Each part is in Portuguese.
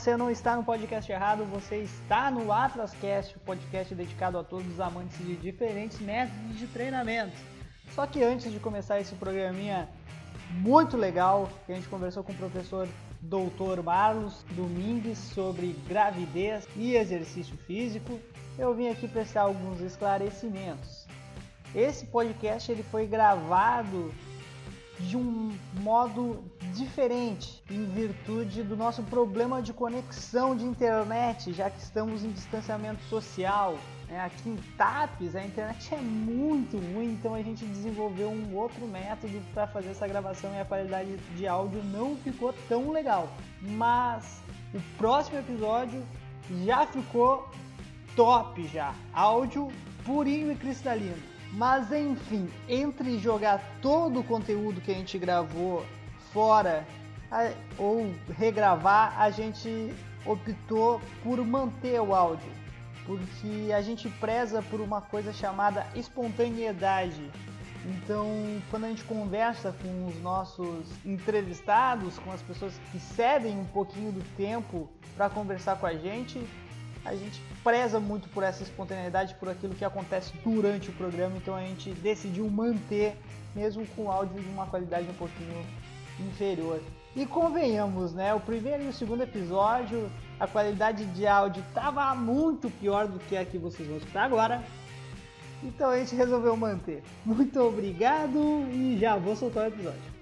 você não está no podcast errado, você está no AtlasCast, o podcast dedicado a todos os amantes de diferentes métodos de treinamento. Só que antes de começar esse programinha muito legal, que a gente conversou com o professor Dr. Marlos Domingues sobre gravidez e exercício físico, eu vim aqui prestar alguns esclarecimentos. Esse podcast ele foi gravado de um modo diferente, em virtude do nosso problema de conexão de internet, já que estamos em distanciamento social. Aqui em Tapes a internet é muito ruim, então a gente desenvolveu um outro método para fazer essa gravação e a qualidade de áudio não ficou tão legal. Mas o próximo episódio já ficou top já, áudio purinho e cristalino. Mas enfim, entre jogar todo o conteúdo que a gente gravou fora ou regravar, a gente optou por manter o áudio, porque a gente preza por uma coisa chamada espontaneidade. Então, quando a gente conversa com os nossos entrevistados, com as pessoas que cedem um pouquinho do tempo para conversar com a gente preza muito por essa espontaneidade, por aquilo que acontece durante o programa. Então a gente decidiu manter, mesmo com o áudio de uma qualidade um pouquinho inferior. E convenhamos, né? O primeiro e o segundo episódio, a qualidade de áudio estava muito pior do que a que vocês vão escutar agora. Então a gente resolveu manter. Muito obrigado e já vou soltar o episódio.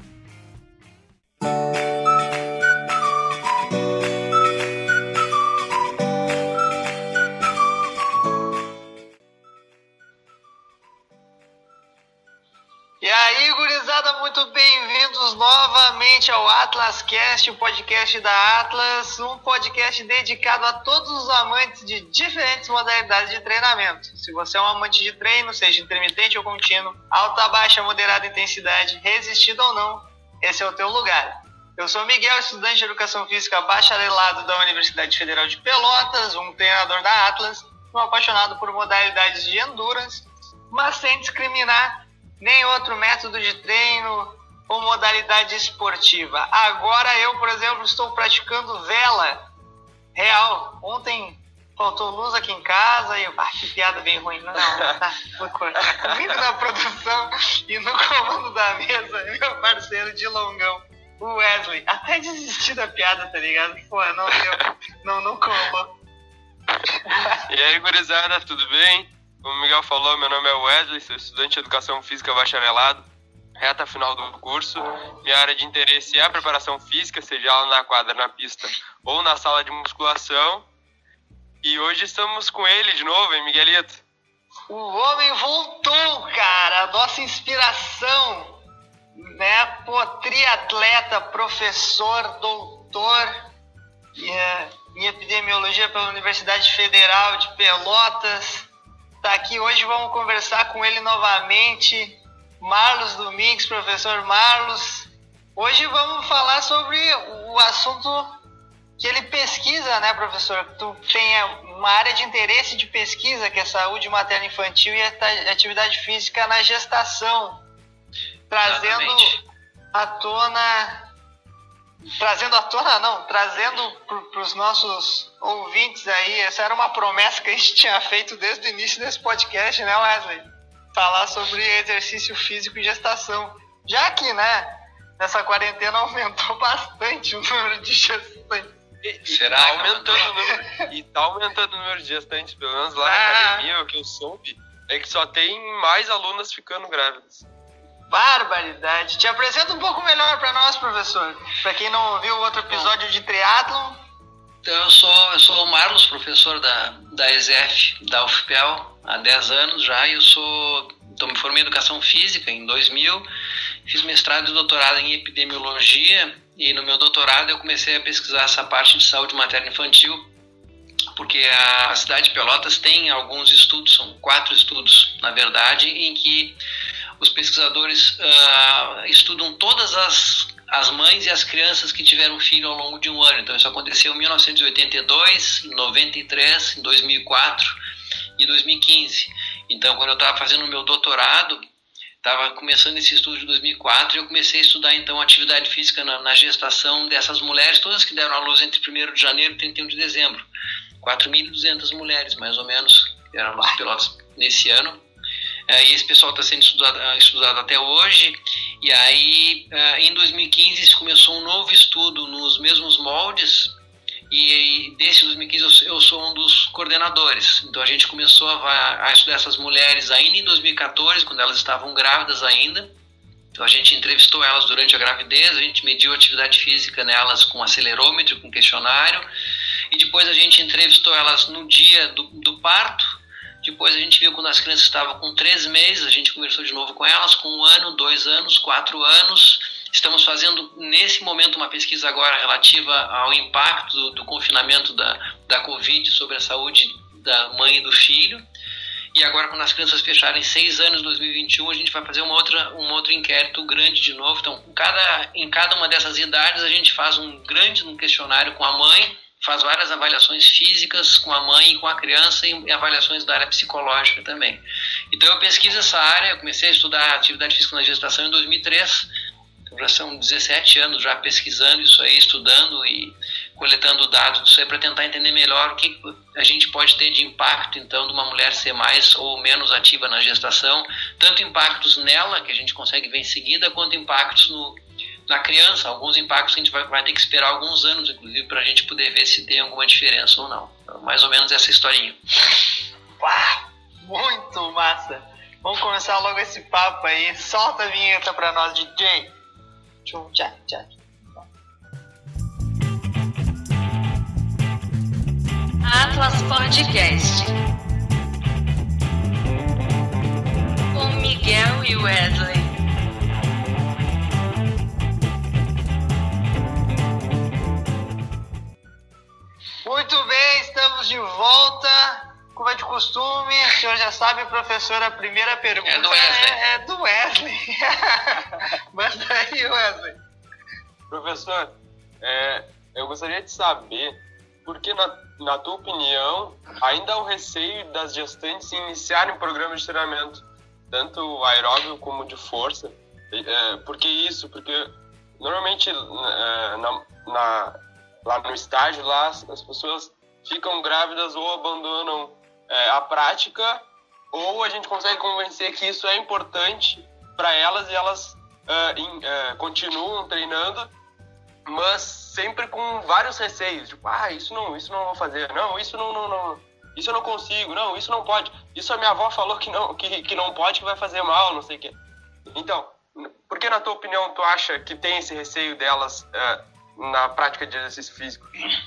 E aí, gurizada, muito bem-vindos novamente ao AtlasCast, o podcast da Atlas, um podcast dedicado a todos os amantes de diferentes modalidades de treinamento. Se você é um amante de treino, seja intermitente ou contínuo, alta, baixa, moderada intensidade, resistido ou não, esse é o teu lugar. Eu sou Miguel, estudante de Educação Física bacharelado da Universidade Federal de Pelotas, um treinador da Atlas, um apaixonado por modalidades de endurance, mas sem discriminar nem outro método de treino ou modalidade esportiva. Agora eu, por exemplo, estou praticando vela real. Ontem faltou luz aqui em casa e que piada bem ruim. Não, tá, vou cortar. Comigo na produção e no comando da mesa, meu parceiro de longão, o Wesley. Até desisti da piada, tá ligado? Pô, não deu, não colou. E aí, gurizada, tudo bem? Como o Miguel falou, meu nome é Wesley, sou estudante de Educação Física bacharelado, reta final do curso. Minha área de interesse é a preparação física, seja ela na quadra, na pista ou na sala de musculação. E hoje estamos com ele de novo, hein, Miguelito? O homem voltou, cara, a nossa inspiração, né? Pô, triatleta, professor, doutor em epidemiologia pela Universidade Federal de Pelotas. Tá aqui hoje, vamos conversar com ele novamente, Marlos Domingues, professor Marlos. Hoje vamos falar sobre o assunto que ele pesquisa, né, professor? Tu tem uma área de interesse de pesquisa, que é saúde materna infantil e atividade física na gestação, trazendo para os nossos ouvintes aí. Essa era uma promessa que a gente tinha feito desde o início desse podcast, né, Wesley? Falar sobre exercício físico e gestação. Já que, né, nessa quarentena aumentou bastante o número de gestantes. Será? Tá aumentando o número de gestantes, pelo menos lá na academia, o que eu soube é que só tem mais alunas ficando grávidas. Barbaridade. Te apresenta um pouco melhor para nós, professor. Para quem não ouviu o outro episódio de triatlon. Então, eu sou o Marlos, professor da ESEF, da UFPEL, há 10 anos já. Me formei em Educação Física em 2000, fiz mestrado e doutorado em Epidemiologia, e no meu doutorado eu comecei a pesquisar essa parte de saúde materna infantil, porque a cidade de Pelotas tem alguns estudos, são 4 estudos, na verdade, em que os pesquisadores estudam todas as mães e as crianças que tiveram filho ao longo de um ano. Então isso aconteceu em 1982, em 93, em 2004 e 2015. Então quando eu estava fazendo o meu doutorado, Estava começando esse estudo de 2004 e eu comecei a estudar, então, atividade física na gestação dessas mulheres, todas que deram à luz entre 1º de janeiro e 31 de dezembro. 4.200 mulheres, mais ou menos, deram à luz Pelotas nesse ano. E esse pessoal está sendo estudado até hoje. E aí, em 2015, se começou um novo estudo nos mesmos moldes. E desse 2015 eu sou um dos coordenadores. Então a gente começou a estudar essas mulheres ainda em 2014, quando elas estavam grávidas ainda. Então a gente entrevistou elas durante a gravidez, a gente mediu a atividade física nelas com acelerômetro, com questionário. E depois a gente entrevistou elas no dia do parto. Depois a gente viu quando as crianças estavam com 3 meses, a gente conversou de novo com elas, com 1 ano, 2 anos, 4 anos. Estamos fazendo, nesse momento, uma pesquisa agora relativa ao impacto do confinamento da Covid sobre a saúde da mãe e do filho. E agora, quando as crianças fecharem 6 anos, 2021, a gente vai fazer um outro inquérito grande de novo. Então, em cada uma dessas idades, a gente faz um grande questionário com a mãe, faz várias avaliações físicas com a mãe e com a criança e avaliações da área psicológica também. Então, eu pesquiso essa área, eu comecei a estudar atividade física na gestação em 2003, já são 17 anos já pesquisando isso aí, estudando e coletando dados disso aí para tentar entender melhor o que a gente pode ter de impacto, então, de uma mulher ser mais ou menos ativa na gestação, tanto impactos nela, que a gente consegue ver em seguida, quanto impactos na criança. Alguns impactos a gente vai ter que esperar alguns anos, inclusive, para a gente poder ver se tem alguma diferença ou não. Então, mais ou menos essa historinha. Uau, muito massa! Vamos começar logo esse papo aí. Solta a vinheta para nós, DJ. Tchau, tchau, tchau. Atlas Podcast com Miguel e Wesley. Muito bem, estamos de volta. Como é de costume, o senhor já sabe, professor, a primeira pergunta é do Wesley. Manda aí, Wesley. Professor, eu gostaria de saber por que, na tua opinião, ainda há o receio das gestantes iniciarem programas de treinamento, tanto aeróbio como de força. Por que isso? Porque normalmente lá no estágio, lá, as pessoas ficam grávidas ou abandonam a prática, ou a gente consegue convencer que isso é importante para elas e elas continuam treinando, mas sempre com vários receios, tipo, isso não vou fazer, não, isso não, isso eu não consigo, não, isso não pode, isso a minha avó falou que não pode, que vai fazer mal, não sei o quê. Então, por que, na tua opinião, tu acha que tem esse receio delas na prática de exercício físico?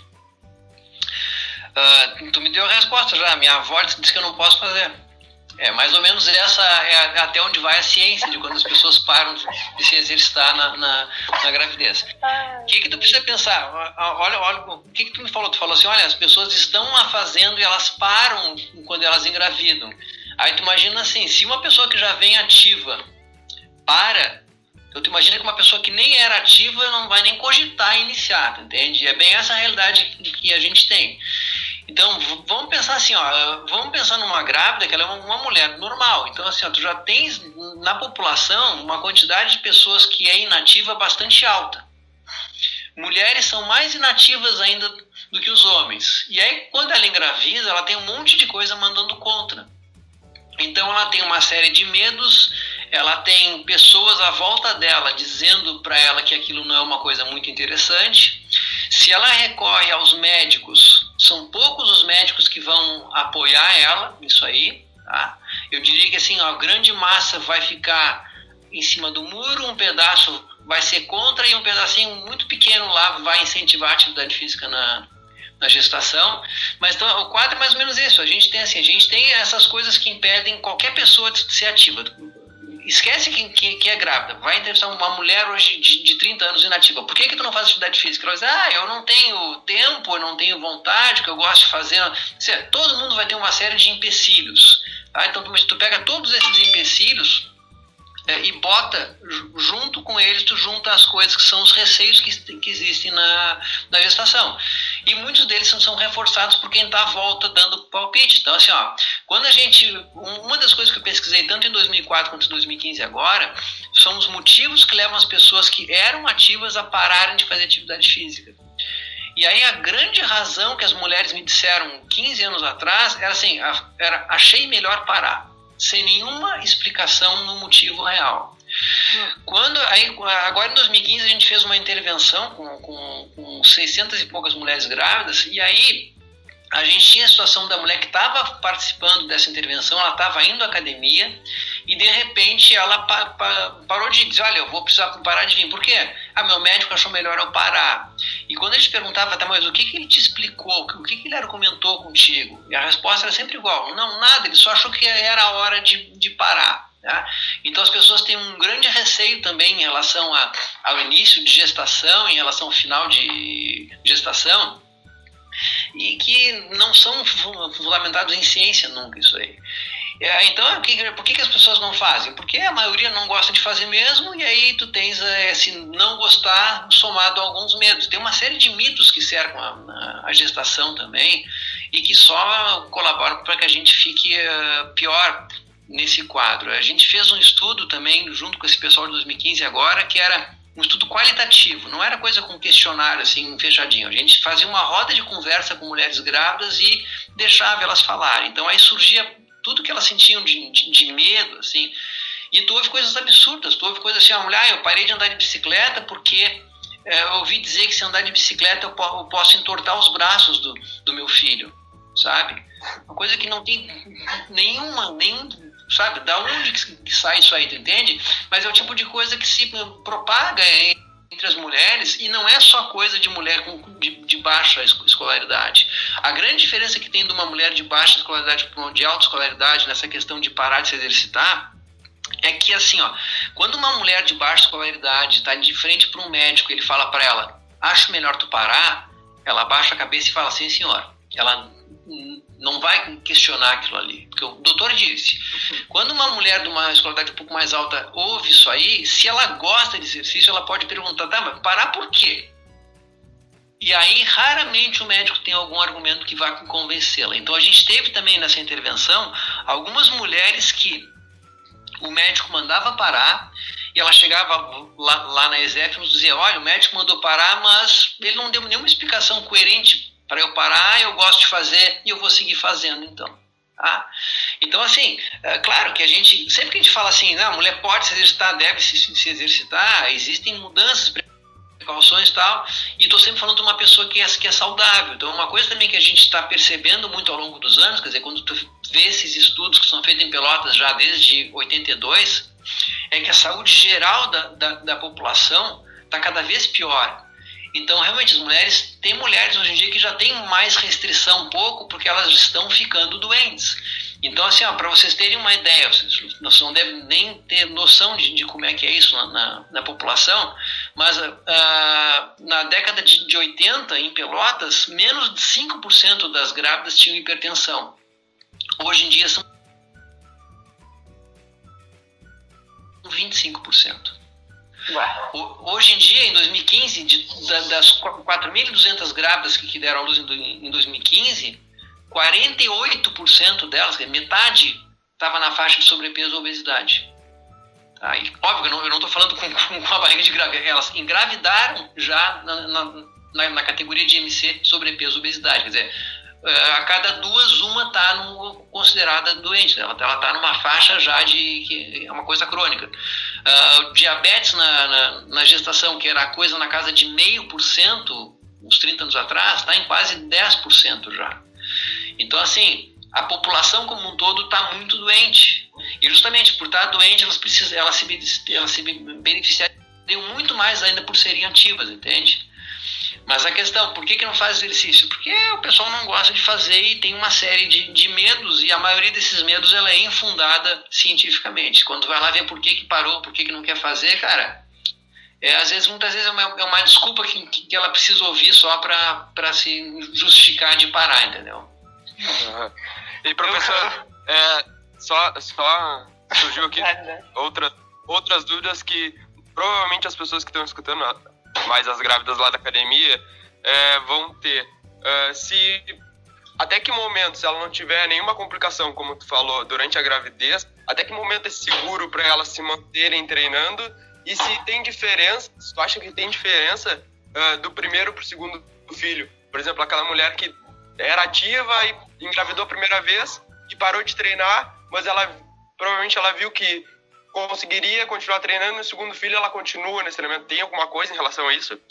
Tu me deu a resposta já. Minha avó disse que eu não posso fazer. Mais ou menos essa é até onde vai a ciência de quando as pessoas param de se exercitar na gravidez. O que tu precisa pensar? Olha, o que tu me falou? Tu falou assim, olha, as pessoas estão lá fazendo e elas param quando elas engravidam. Aí tu imagina assim, se uma pessoa que já vem ativa para... Então, tu imagina que uma pessoa que nem era ativa não vai nem cogitar iniciar, entende? É bem essa a realidade que a gente tem. Então, vamos pensar assim, vamos pensar numa grávida que ela é uma mulher normal. Então, assim, tu já tens na população uma quantidade de pessoas que é inativa bastante alta. Mulheres são mais inativas ainda do que os homens. E aí, quando ela engravida, ela tem um monte de coisa mandando contra. Então, ela tem uma série de medos, ela tem pessoas à volta dela dizendo para ela que aquilo não é uma coisa muito interessante. Se ela recorre aos médicos, são poucos os médicos que vão apoiar ela nisso aí. Tá? Eu diria que assim, a grande massa vai ficar em cima do muro, um pedaço vai ser contra e um pedacinho muito pequeno lá vai incentivar a atividade física na gestação. Mas então, o quadro é mais ou menos isso. A gente tem essas coisas que impedem qualquer pessoa de ser ativa. Esquece que é grávida. Vai entrevistar uma mulher hoje de 30 anos inativa. Por que tu não faz atividade física? Ela diz, eu não tenho tempo, eu não tenho vontade, que eu gosto de fazer. Todo mundo vai ter uma série de empecilhos. Tá? Então, tu pega todos esses empecilhos e bota junto com eles, tu junta as coisas que são os receios que existem na gestação. e muitos deles são reforçados por quem está à volta dando palpite. Então, assim, quando uma das coisas que eu pesquisei tanto em 2004 quanto em 2015 agora, são os motivos que levam as pessoas que eram ativas a pararem de fazer atividade física. E aí a grande razão que as mulheres me disseram 15 anos atrás era assim, achei melhor parar, sem nenhuma explicação no motivo real. Agora em 2015 a gente fez uma intervenção com 600 e poucas mulheres grávidas, e aí a gente tinha a situação da mulher que estava participando dessa intervenção, ela estava indo à academia e de repente ela parou de dizer, olha, eu vou precisar parar de vir. Por quê? Meu médico achou melhor eu parar. E quando a gente perguntava, tá, mas o que ele te explicou? O que ele argumentou contigo? E a resposta era sempre igual, não, nada, ele só achou que era a hora de parar. Tá? Então as pessoas têm um grande receio também em relação ao início de gestação, em relação ao final de gestação, e que não são fundamentados em ciência nunca isso aí. Então, por que as pessoas não fazem? Porque a maioria não gosta de fazer mesmo, e aí tu tens esse não gostar somado a alguns medos. Tem uma série de mitos que cercam a gestação também, e que só colaboram para que a gente fique pior nesse quadro. A gente fez um estudo também, junto com esse pessoal de 2015 agora, que era um estudo qualitativo, não era coisa com questionário assim, fechadinho. A gente fazia uma roda de conversa com mulheres grávidas e deixava elas falarem. Então aí surgia tudo que elas sentiam de medo, assim. E tu ouve coisas absurdas, tu ouve coisas assim, mulher, eu parei de andar de bicicleta porque eu ouvi dizer que se andar de bicicleta eu posso entortar os braços do meu filho, sabe? Uma coisa que não tem nenhum sabe, da onde que sai isso aí, tu entende? Mas é o tipo de coisa que se propaga entre as mulheres, e não é só coisa de mulher de baixa escolaridade. A grande diferença que tem de uma mulher de baixa escolaridade para uma de alta escolaridade nessa questão de parar de se exercitar é que, assim, quando uma mulher de baixa escolaridade está de frente para um médico, ele fala para ela, acho melhor tu parar, ela abaixa a cabeça e fala, sim, senhor. Ela não vai questionar aquilo ali, porque o doutor disse, quando uma mulher de uma escolaridade um pouco mais alta ouve isso aí, se ela gosta de exercício, ela pode perguntar, tá, mas parar por quê? E aí, raramente o médico tem algum argumento que vá convencê-la. Então, a gente teve também nessa intervenção algumas mulheres que o médico mandava parar, e ela chegava lá na ESEF e nos dizia, olha, o médico mandou parar, mas ele não deu nenhuma explicação coerente para eu parar, eu gosto de fazer e eu vou seguir fazendo, então. Então, assim, claro que sempre que a gente fala assim, a mulher pode se exercitar, deve se exercitar, existem mudanças, precauções e tal, e estou sempre falando de uma pessoa que é saudável. Então, uma coisa também que a gente está percebendo muito ao longo dos anos, quer dizer, quando tu vê esses estudos que são feitos em Pelotas já desde 82, é que a saúde geral da população está cada vez pior. Então, realmente, tem mulheres hoje em dia que já têm mais restrição um pouco porque elas estão ficando doentes. Então, assim, para vocês terem uma ideia, vocês não devem nem ter noção de como é que é isso na população, mas na década de 80, em Pelotas, menos de 5% das grávidas tinham hipertensão. Hoje em dia são 25%. Hoje em dia, em 2015, das 4.200 grávidas que deram à luz em 2015, 48% delas, metade, estava na faixa de sobrepeso ou obesidade. E, óbvio, eu não estou falando com a barriga de grávida, elas engravidaram já na categoria de IMC, sobrepeso ou obesidade. Quer dizer, a cada duas, uma está considerada doente, ela está numa faixa já que é uma coisa crônica. Diabetes na gestação, que era coisa na casa de 0,5%, uns 30 anos atrás, está em quase 10% já. Então, assim, a população como um todo está muito doente. E justamente por estar doente, elas se beneficiariam muito mais ainda por serem ativas, entende? Mas a questão, por que não faz exercício? Porque o pessoal não gosta de fazer e tem uma série de medos, e a maioria desses medos ela é infundada cientificamente. Quando vai lá ver por que parou, por que não quer fazer, cara, muitas vezes é uma desculpa que ela precisa ouvir só para se justificar de parar, entendeu? Uhum. E professor, só surgiu aqui outras dúvidas que provavelmente as pessoas que estão escutando, mais as grávidas lá da academia, vão ter. até que momento, se ela não tiver nenhuma complicação, como tu falou, durante a gravidez, até que momento é seguro para elas se manterem treinando, e se tem diferença, se tu acha que tem diferença do primeiro pro segundo filho. Por exemplo, aquela mulher que era ativa e engravidou a primeira vez e parou de treinar, mas provavelmente ela viu que conseguiria continuar treinando, no segundo filho ela continua nesse treinamento. Tem alguma coisa em relação a isso?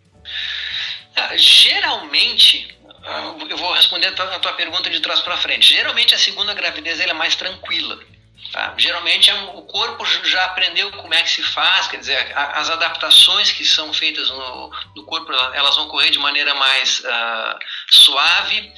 Geralmente, eu vou responder a tua pergunta de trás para frente. Geralmente a segunda gravidez ela é mais tranquila. Tá? Geralmente o corpo já aprendeu como é que se faz, quer dizer, as adaptações que são feitas no corpo, elas vão correr de maneira mais suave.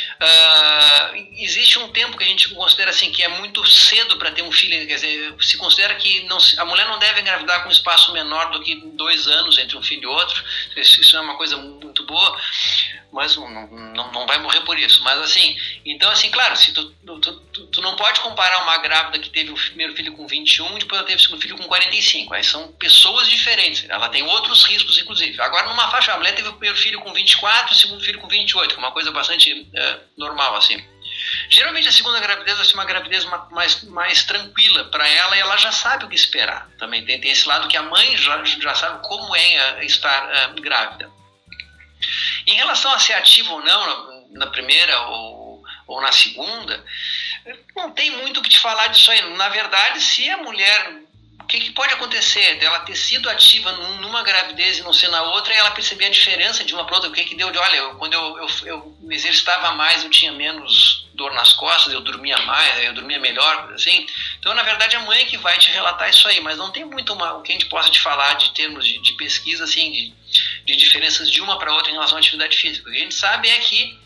Existe um tempo que a gente considera assim, que é muito cedo para ter um filho, quer dizer, se considera que a mulher não deve engravidar com um espaço menor do que 2 anos entre um filho e outro. Isso é uma coisa muito boa, mas não vai morrer por isso. Mas assim, então assim, claro, se tu não pode comparar uma grávida que teve o primeiro filho com 21 e depois ela teve o segundo filho com 45. Aí são pessoas diferentes, ela tem outros riscos, inclusive. Agora, numa faixa, a mulher teve o primeiro filho com 24 e o segundo filho com 28, que é uma coisa bastante normal, assim. Geralmente a segunda gravidez vai ser uma gravidez mais tranquila para ela, e ela já sabe o que esperar. Também tem esse lado que a mãe já sabe como é estar grávida. Em relação a ser ativo ou não na primeira ou na segunda, não tem muito o que te falar disso aí. Na verdade, se a mulher... O que pode acontecer dela ter sido ativa numa gravidez e não ser na outra, e ela perceber a diferença de uma para outra? O que deu de... Olha, quando eu me exercitava mais, eu tinha menos dor nas costas, eu dormia mais, eu dormia melhor, assim. Então, na verdade, a mãe que vai te relatar isso aí, mas não tem muito o que a gente possa te falar de termos de pesquisa, assim, de diferenças de uma para outra em relação à atividade física. O que a gente sabe é que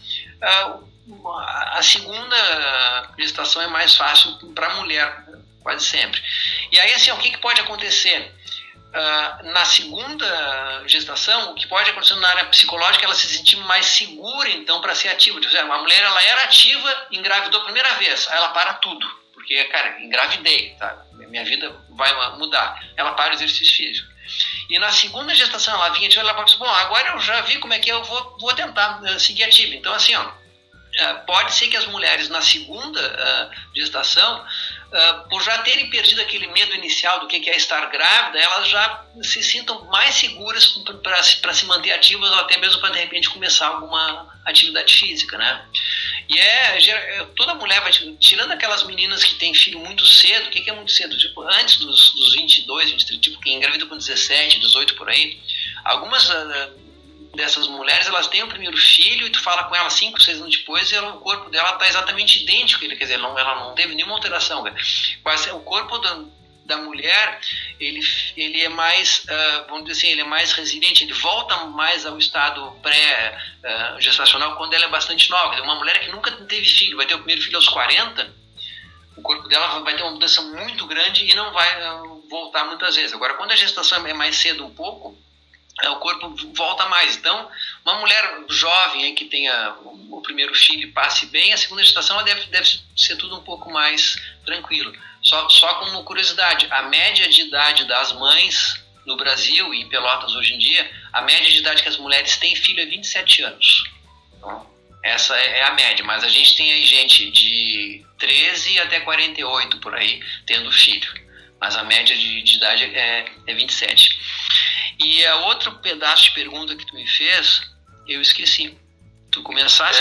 a segunda gestação é mais fácil para a mulher, quase sempre. E aí, assim, o que pode acontecer? Na segunda gestação, o que pode acontecer na área psicológica, ela se sentir mais segura, então, para ser ativa. A mulher, ela era ativa, engravidou a primeira vez, aí ela para tudo. Porque, cara, engravidei, tá? Minha vida vai mudar. Ela para o exercício físico. E na segunda gestação, ela vinha ativa, ela pode dizer, bom, agora eu já vi como é que eu vou tentar seguir ativa. Então, assim, pode ser que as mulheres na segunda gestação, por já terem perdido aquele medo inicial do que é estar grávida, elas já se sintam mais seguras para se manter ativas, ou até mesmo para, de repente, começar alguma atividade física, né? E toda mulher vai, tirando aquelas meninas que têm filho muito cedo. O que é muito cedo? Tipo, antes dos 22, 23, tipo, quem engravida com 17, 18 por aí, algumas dessas mulheres, elas têm o primeiro filho e tu fala com ela 5, 6 anos depois e o corpo dela está exatamente idêntico, quer dizer, ela não teve nenhuma alteração. O corpo da mulher, ele é mais, vamos dizer assim, ele é mais resiliente, ele volta mais ao estado pré-gestacional quando ela é bastante nova. Uma mulher que nunca teve filho, vai ter o primeiro filho aos 40, o corpo dela vai ter uma mudança muito grande e não vai voltar muitas vezes. Agora, quando a gestação é mais cedo um pouco, o corpo volta mais. Então, uma mulher jovem aí que tenha o primeiro filho e passe bem, a segunda gestação ela deve ser tudo um pouco mais tranquilo. Só como curiosidade, a média de idade das mães no Brasil e em Pelotas hoje em dia, a média de idade que as mulheres têm filho é 27 anos. Então, essa é a média, mas a gente tem aí gente de 13 até 48 por aí tendo filho, mas a média de idade é 27. E a outro pedaço de pergunta que tu me fez, eu esqueci. Tu começaste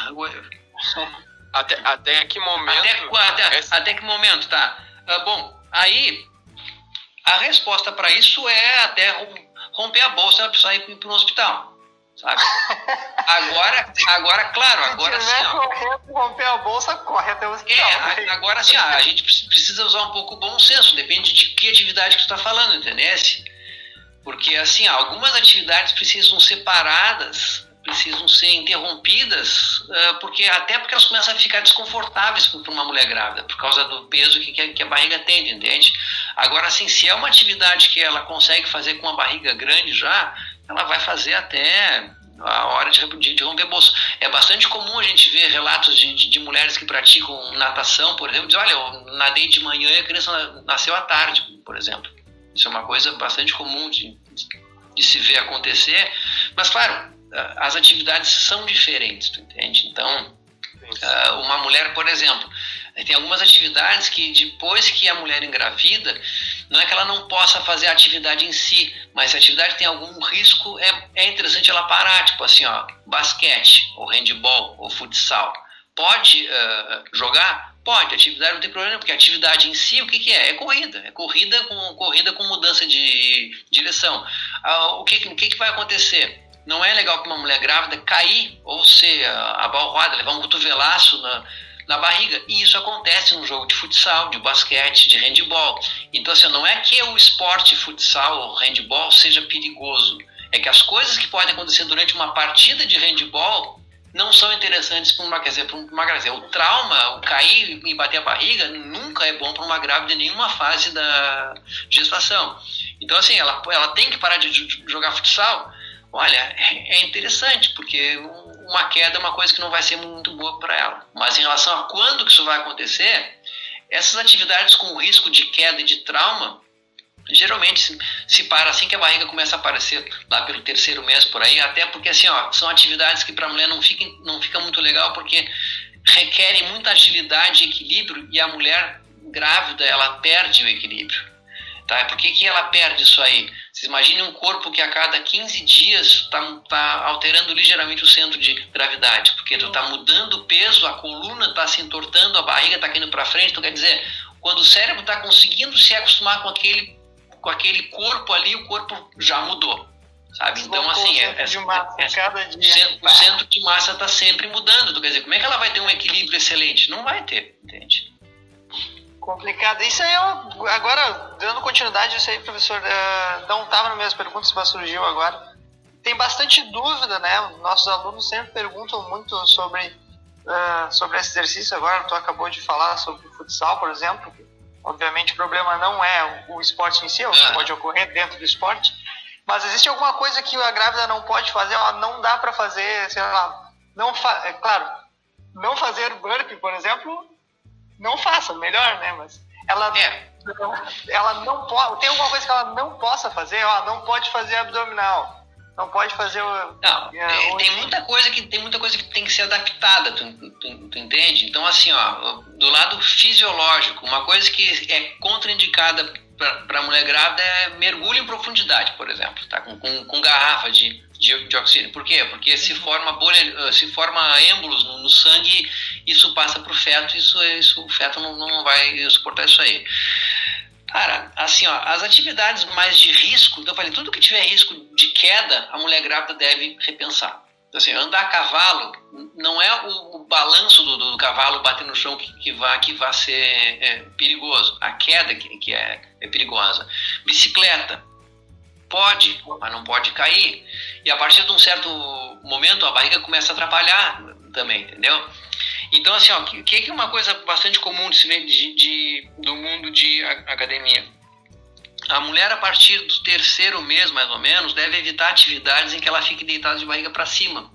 Até que momento? Até que momento, tá. Bom, aí a resposta para isso é até romper a bolsa da pessoa ir para um hospital, sabe? Agora, claro, agora sim. Romper a bolsa, corre até o hospital. Agora sim, a gente precisa usar um pouco o bom senso, depende de que atividade que tu está falando, entendeu? Porque, assim, algumas atividades precisam ser paradas, precisam ser interrompidas, porque elas começam a ficar desconfortáveis para uma mulher grávida, por causa do peso que a barriga tem, entende? Agora, assim, se é uma atividade que ela consegue fazer com a barriga grande já, ela vai fazer até a hora de romper a bolsa. É bastante comum a gente ver relatos de mulheres que praticam natação, por exemplo, dizem, olha, eu nadei de manhã e a criança nasceu à tarde, por exemplo. Isso é uma coisa bastante comum de se ver acontecer. Mas, claro, as atividades são diferentes, tu entende? Então, uma mulher, por exemplo, tem algumas atividades que depois que a mulher engravida, não é que ela não possa fazer a atividade em si, mas se a atividade tem algum risco, é interessante ela parar, tipo assim, basquete, ou handball, ou futsal. Pode jogar? Pode, atividade não tem problema, porque a atividade em si, o que é? É corrida com mudança de direção. O que vai acontecer? Não é legal para uma mulher grávida cair ou ser abalroada, levar um cotovelaço na barriga. E isso acontece no jogo de futsal, de basquete, de handball. Então, assim, não é que o esporte futsal ou handball seja perigoso. É que as coisas que podem acontecer durante uma partida de handball não são interessantes para uma grávida. O trauma, o cair e bater a barriga, nunca é bom para uma grávida em nenhuma fase da gestação. Então, assim, ela tem que parar de jogar futsal. Olha, é interessante, porque uma queda é uma coisa que não vai ser muito boa para ela. Mas em relação a quando que isso vai acontecer, essas atividades com risco de queda e de trauma, geralmente se para assim que a barriga começa a aparecer lá pelo 3º mês por aí, até porque assim, são atividades que para a mulher não fica muito legal, porque requerem muita agilidade e equilíbrio, e a mulher grávida, ela perde o equilíbrio. Tá? Por que ela perde isso aí? Vocês imaginem um corpo que a cada 15 dias está alterando ligeiramente o centro de gravidade, porque tu está mudando o peso, a coluna está se entortando, a barriga está caindo para frente. Então, quer dizer, quando o cérebro está conseguindo se acostumar com aquele corpo ali, o corpo já mudou, sabe? Então, assim, o centro de massa está sempre mudando. Então, quer dizer, como é que ela vai ter um equilíbrio excelente? Não vai ter, entende? Complicado. Isso aí, agora, dando continuidade, isso aí, professor, não estava nas minhas perguntas, mas surgiu agora. Tem bastante dúvida, né? Nossos alunos sempre perguntam muito sobre esse exercício. Agora, tu acabou de falar sobre o futsal, por exemplo. Obviamente, o problema não é o esporte em si, o que pode ocorrer dentro do esporte. Mas existe alguma coisa que a grávida não pode fazer? Não dá para fazer, sei lá, claro, não fazer burpee, por exemplo, não faça, melhor, né? Mas ela não pode. Tem alguma coisa que ela não possa fazer? Não pode fazer abdominal, não pode fazer tem muita coisa que tem que ser adaptada, tu entende? Então, assim, do lado fisiológico, uma coisa que é contraindicada para a mulher grávida é mergulho em profundidade, por exemplo, tá? Com garrafa de oxigênio. Por quê? Porque se forma êmbolos no sangue, isso passa para o feto, o feto não vai suportar isso aí. Cara, assim, as atividades mais de risco, então eu falei, tudo que tiver risco de queda, a mulher grávida deve repensar. Então, assim, andar a cavalo, não é o balanço do cavalo bater no chão que vai ser perigoso. A queda que é perigosa. Bicicleta, pode, mas não pode cair. E a partir de um certo momento, a barriga começa a atrapalhar também, entendeu? Então, assim, o que é uma coisa bastante comum de se ver do mundo de academia? A mulher, a partir do 3º mês, mais ou menos, deve evitar atividades em que ela fique deitada de barriga para cima.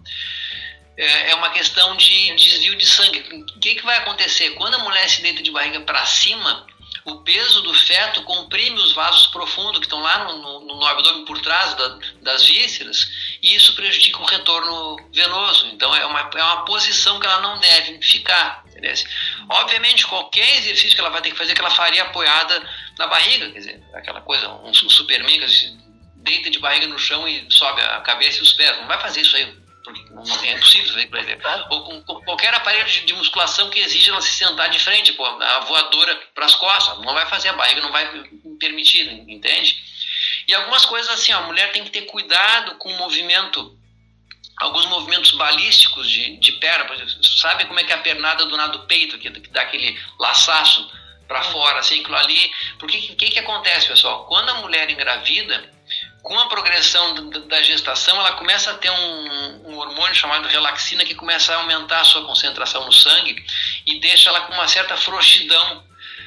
É uma questão de desvio de sangue. O que vai acontecer? Quando a mulher se deita de barriga para cima, o peso do feto comprime os vasos profundos que estão lá no abdômen por trás das vísceras, e isso prejudica o retorno venoso. Então é uma posição que ela não deve ficar, entendeu? Obviamente, qualquer exercício que ela vai ter que fazer, que ela faria apoiada na barriga, quer dizer, aquela coisa, um Superman que deita de barriga no chão e sobe a cabeça e os pés. Não vai fazer isso aí, porque não é impossível fazer, por exemplo. Ou com qualquer aparelho de musculação que exige ela se sentar de frente, a voadora para as costas, não vai fazer, a barriga não vai permitir, entende? E algumas coisas assim, a mulher tem que ter cuidado com o movimento, alguns movimentos balísticos de perna, por exemplo, sabe como é que é a pernada do peito, que dá aquele laçaço para fora, assim, aquilo ali. Porque o que acontece, pessoal? Quando a mulher engravida, com a progressão da gestação, ela começa a ter um hormônio chamado relaxina, que começa a aumentar a sua concentração no sangue e deixa ela com uma certa frouxidão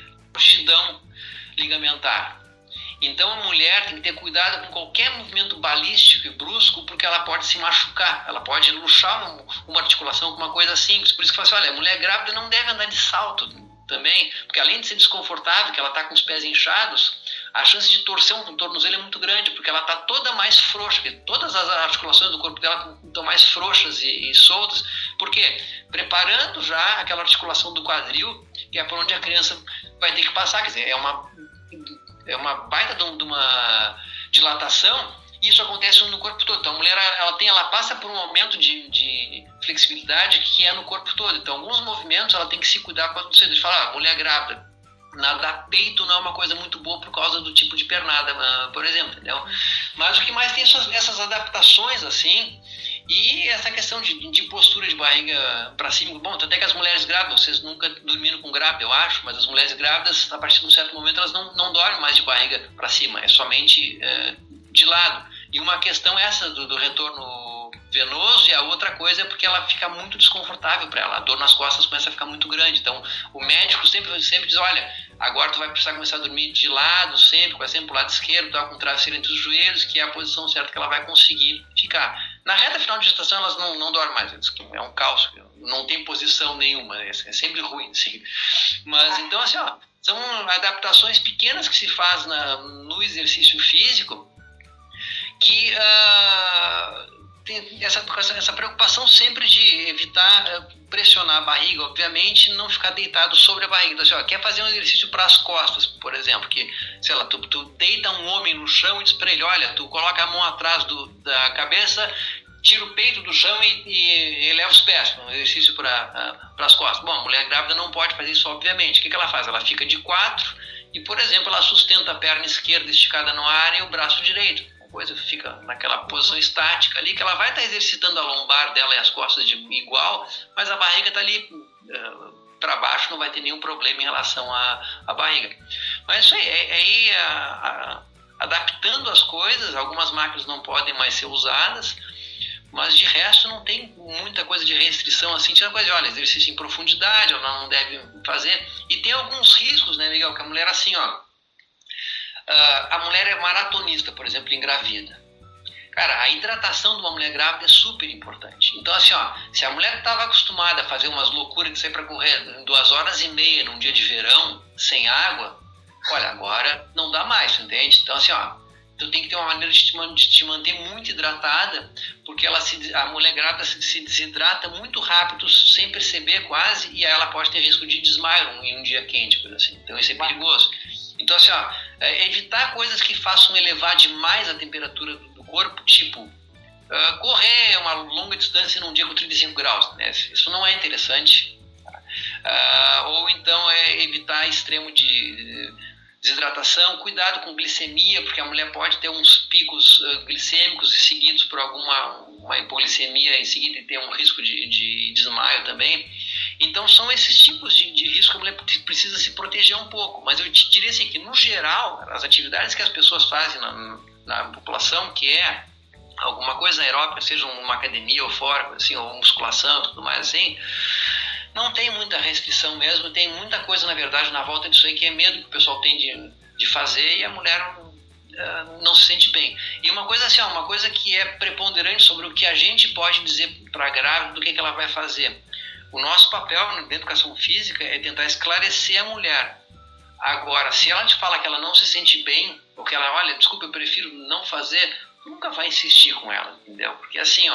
ligamentar. Então a mulher tem que ter cuidado com qualquer movimento balístico e brusco, porque ela pode se machucar, ela pode luxar uma articulação com uma coisa simples. Por isso que eu falo assim, olha, a mulher grávida não deve andar de salto também, porque além de ser desconfortável, que ela está com os pés inchados, a chance de torcer um tornozelo é muito grande, porque ela está toda mais frouxa, porque todas as articulações do corpo dela estão mais frouxas e soltas. Por quê? Preparando já aquela articulação do quadril, que é por onde a criança vai ter que passar. Quer dizer, é uma baita de uma dilatação, e isso acontece no corpo todo. Então a mulher ela passa por um aumento de flexibilidade que é no corpo todo. Então alguns movimentos ela tem que se cuidar quando você fala, mulher grávida, nadar peito não é uma coisa muito boa por causa do tipo de pernada, por exemplo, entendeu? Mas o que mais tem essas adaptações assim, e essa questão de postura de barriga para cima. Bom, até que as mulheres grávidas, vocês nunca dormiram com grávida, eu acho, mas as mulheres grávidas, a partir de um certo momento, elas não dormem mais de barriga para cima, é somente de lado. E uma questão é essa do retorno venoso, e a outra coisa é porque ela fica muito desconfortável para ela, a dor nas costas começa a ficar muito grande. Então o médico sempre diz, olha, agora tu vai precisar começar a dormir de lado sempre, vai sempre pro lado esquerdo, tá, com o travesseiro entre os joelhos, que é a posição certa que ela vai conseguir ficar. Na reta final de gestação elas não dormem mais, é um caos, não tem posição nenhuma, é sempre ruim, assim. Mas então assim, ó, são adaptações pequenas que se faz no exercício físico, que tem essa preocupação sempre de evitar pressionar a barriga, obviamente, não ficar deitado sobre a barriga. Então, assim, ó, quer fazer um exercício para as costas, por exemplo, que, sei lá, tu deita um homem no chão e diz para ele, olha, tu coloca a mão atrás da cabeça, tira o peito do chão e eleva os pés, um exercício para as costas. Bom, a mulher grávida não pode fazer isso, obviamente. O que ela faz? Ela fica de 4 e, por exemplo, ela sustenta a perna esquerda esticada no ar e o braço direito. Coisa fica naquela posição estática ali, que ela vai estar exercitando a lombar dela e as costas de igual, mas a barriga está ali para baixo, não vai ter nenhum problema em relação à barriga. Mas isso aí, adaptando as coisas, algumas máquinas não podem mais ser usadas, mas de resto não tem muita coisa de restrição assim, tinha coisa de, olha, exercício em profundidade, ela não deve fazer, e tem alguns riscos, né, Miguel, que a mulher assim, ó, a mulher é maratonista, por exemplo, engravida. Cara, a hidratação de uma mulher grávida é super importante. Então, assim, ó, se a mulher estava acostumada a fazer umas loucuras de sair para correr 2h30 num dia de verão, sem água, olha, agora não dá mais, entende? Então, assim, ó, tu tem que ter uma maneira de te manter muito hidratada, porque a mulher grávida se desidrata muito rápido, sem perceber quase, e aí ela pode ter risco de desmaio em um dia quente, coisa assim. Então, isso é perigoso. Então, assim, ó, evitar coisas que façam elevar demais a temperatura do corpo, tipo correr uma longa distância num dia com 35 graus, né? Isso não é interessante. Ou então evitar extremo de desidratação, cuidado com glicemia, porque a mulher pode ter uns picos glicêmicos e seguidos por uma hipoglicemia em seguida e ter um risco de desmaio também. Então são esses tipos de risco que a mulher precisa se proteger um pouco. Mas eu te diria assim que, no geral, as atividades que as pessoas fazem na população, que é alguma coisa aeróbica, seja uma academia ou fora, assim, ou musculação, tudo mais assim, não tem muita restrição mesmo, tem muita coisa, na verdade, na volta disso aí, que é medo que o pessoal tem de fazer, e a mulher não se sente bem. E uma coisa assim, uma coisa que é preponderante sobre o que a gente pode dizer para a grávida do que ela vai fazer. O nosso papel na educação física é tentar esclarecer a mulher. Agora, se ela te fala que ela não se sente bem, ou que ela, olha, desculpa, eu prefiro não fazer, nunca vai insistir com ela, entendeu? Porque assim,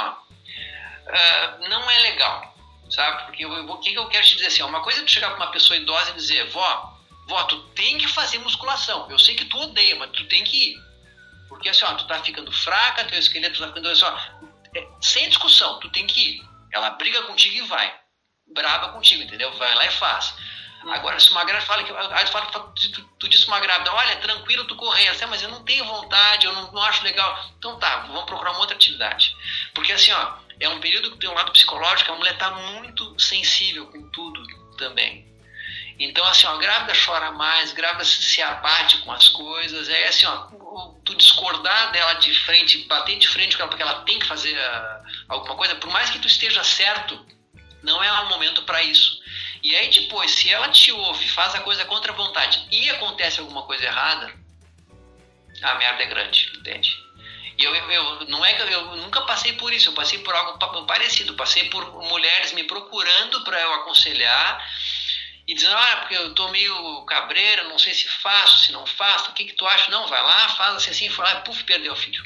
não é legal, sabe? Porque o que eu quero te dizer assim, uma coisa é tu chegar para uma pessoa idosa e dizer, vó, tu tem que fazer musculação. Eu sei que tu odeia, mas tu tem que ir. Porque assim, tu tá ficando fraca, teu esqueleto tá ficando assim, sem discussão, tu tem que ir. Ela briga contigo e vai. Brava contigo, entendeu? Vai lá e faz. Agora, se uma grávida fala que tu disse uma grávida, olha, tranquilo tu correr, assim, mas eu não tenho vontade, eu não acho legal. Então tá, vamos procurar uma outra atividade. Porque assim, é um período que tem um lado psicológico, a mulher tá muito sensível com tudo também. Então assim, a grávida chora mais, a grávida se abate com as coisas, é assim, tu discordar dela de frente, bater de frente com ela porque ela tem que fazer alguma coisa, por mais que tu esteja certo, não é um momento para isso. E aí depois, se ela te ouve, faz a coisa contra a vontade e acontece alguma coisa errada, a merda é grande, entende? E não é que eu nunca passei por isso, eu passei por algo parecido, passei por mulheres me procurando para eu aconselhar, e dizendo, porque eu tô meio cabreira, não sei se faço, se não faço, o que tu acha? Não, vai lá, faz assim, foi lá, puf, perdeu o filho.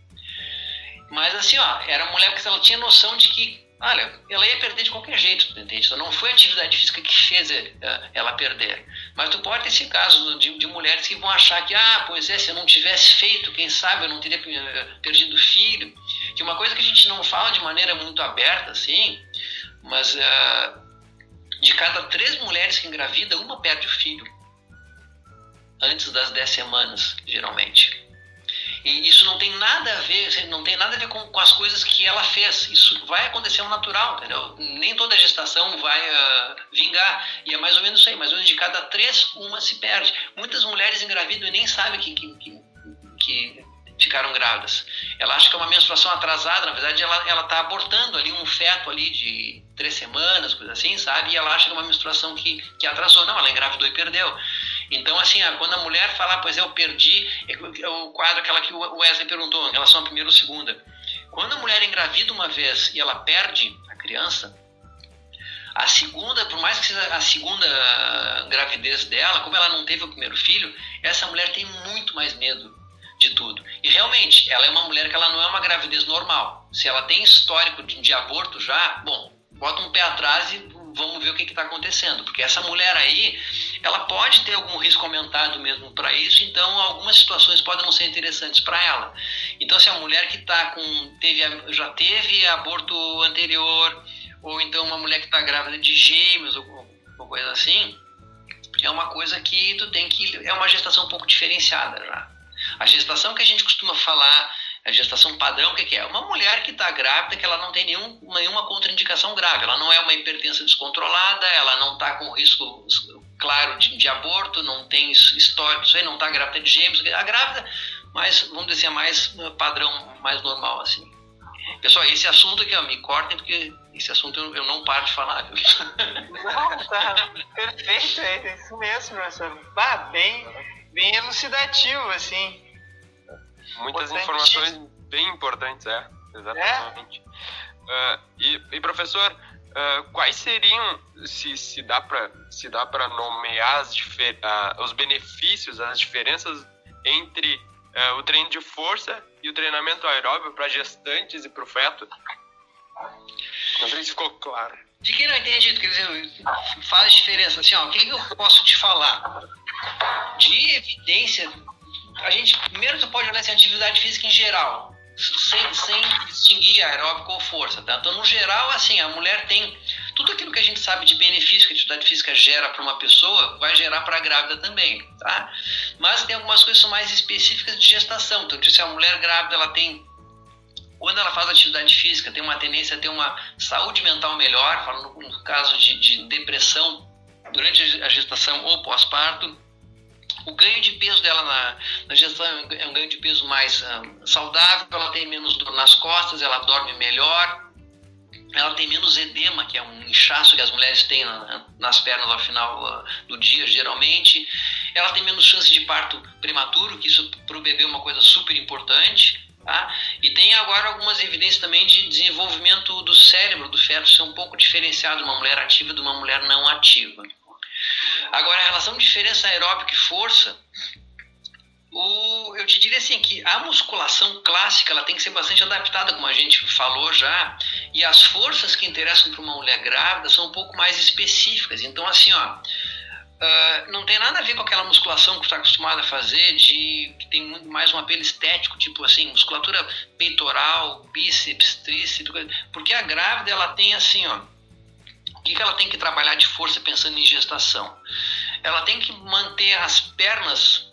Mas assim, era uma mulher que ela tinha noção de que, olha, ela ia perder de qualquer jeito, entende? Então não foi a atividade física que fez ela perder. Mas tu pode ter esse caso de mulheres que vão achar que, pois é, se eu não tivesse feito, quem sabe eu não teria perdido o filho. Que uma coisa que a gente não fala de maneira muito aberta, assim, mas de cada 3 mulheres que engravidam, uma perde o filho antes das 10 semanas, geralmente. E isso não tem nada a ver, com as coisas que ela fez. Isso vai acontecer ao natural, entendeu? Nem toda gestação vai vingar. E é mais ou menos isso aí. Mais ou menos de cada 3, uma se perde. Muitas mulheres engravidam e nem sabem que ficaram grávidas. Ela acha que é uma menstruação atrasada. Na verdade, ela está abortando ali um feto ali de 3 semanas, coisa assim, sabe? E ela acha que é uma menstruação que atrasou. Não, ela engravidou e perdeu. Então, assim, quando a mulher fala, pois eu perdi, é o quadro aquela que o Wesley perguntou, em relação à primeira ou segunda. Quando a mulher engravida uma vez e ela perde a criança, a segunda, por mais que seja a segunda gravidez dela, como ela não teve o primeiro filho, essa mulher tem muito mais medo de tudo. E realmente, ela é uma mulher que ela não é uma gravidez normal. Se ela tem histórico de aborto já, bom, bota um pé atrás e vamos ver o que está acontecendo, porque essa mulher aí, ela pode ter algum risco aumentado mesmo para isso, então algumas situações podem não ser interessantes para ela. Então, se a mulher que já teve aborto anterior, ou então uma mulher que está grávida de gêmeos, ou coisa assim, é uma coisa que é uma gestação um pouco diferenciada já. A gestação que a gente costuma falar, a gestação padrão, o que é? Uma mulher que está grávida, que ela não tem nenhuma contraindicação grave. Ela não é uma hipertensão descontrolada, ela não está com risco claro de aborto, não tem histórico, isso aí, não está grávida de gêmeos. A grávida, mas vamos dizer, mais padrão, mais normal, assim. Pessoal, esse assunto aqui, me cortem, porque esse assunto eu não paro de falar. Viu? Não, tá perfeito, é isso mesmo, professor. Bem elucidativo, assim. Muitas informações bem importantes, exatamente. E professor, quais seriam, se dá para nomear os benefícios, as diferenças entre o treino de força e o treinamento aeróbio para gestantes e para o feto? Não sei se ficou claro. De que não entendi, quer dizer, faz diferença. Assim, o que eu posso te falar? De evidência, a gente primeiro tu pode olhar essa atividade física em geral, sem distinguir aeróbico ou força, tá? Então, no geral, assim, a mulher tem tudo aquilo que a gente sabe de benefício que a atividade física gera para uma pessoa, vai gerar para a grávida também, tá? Mas tem algumas coisas que são mais específicas de gestação. Então, se a mulher grávida, ela tem, quando ela faz atividade física, tem uma tendência a ter uma saúde mental melhor, falando no caso de depressão durante a gestação ou pós-parto. O ganho de peso dela na gestação é um ganho de peso mais saudável, ela tem menos dor nas costas, ela dorme melhor, ela tem menos edema, que é um inchaço que as mulheres têm nas pernas ao final do dia, geralmente. Ela tem menos chance de parto prematuro, que isso para o bebê é uma coisa super importante. Tá? E tem agora algumas evidências também de desenvolvimento do cérebro do feto ser um pouco diferenciado de uma mulher ativa de uma mulher não ativa. Agora, a relação de diferença aeróbica e força, eu te diria assim, que a musculação clássica ela tem que ser bastante adaptada, como a gente falou já, e as forças que interessam para uma mulher grávida são um pouco mais específicas. Então, assim, não tem nada a ver com aquela musculação que você está acostumado a fazer, que tem muito mais um apelo estético, tipo assim, musculatura peitoral, bíceps, tríceps, porque a grávida ela tem assim, o que ela tem que trabalhar de força pensando em gestação? Ela tem que manter as pernas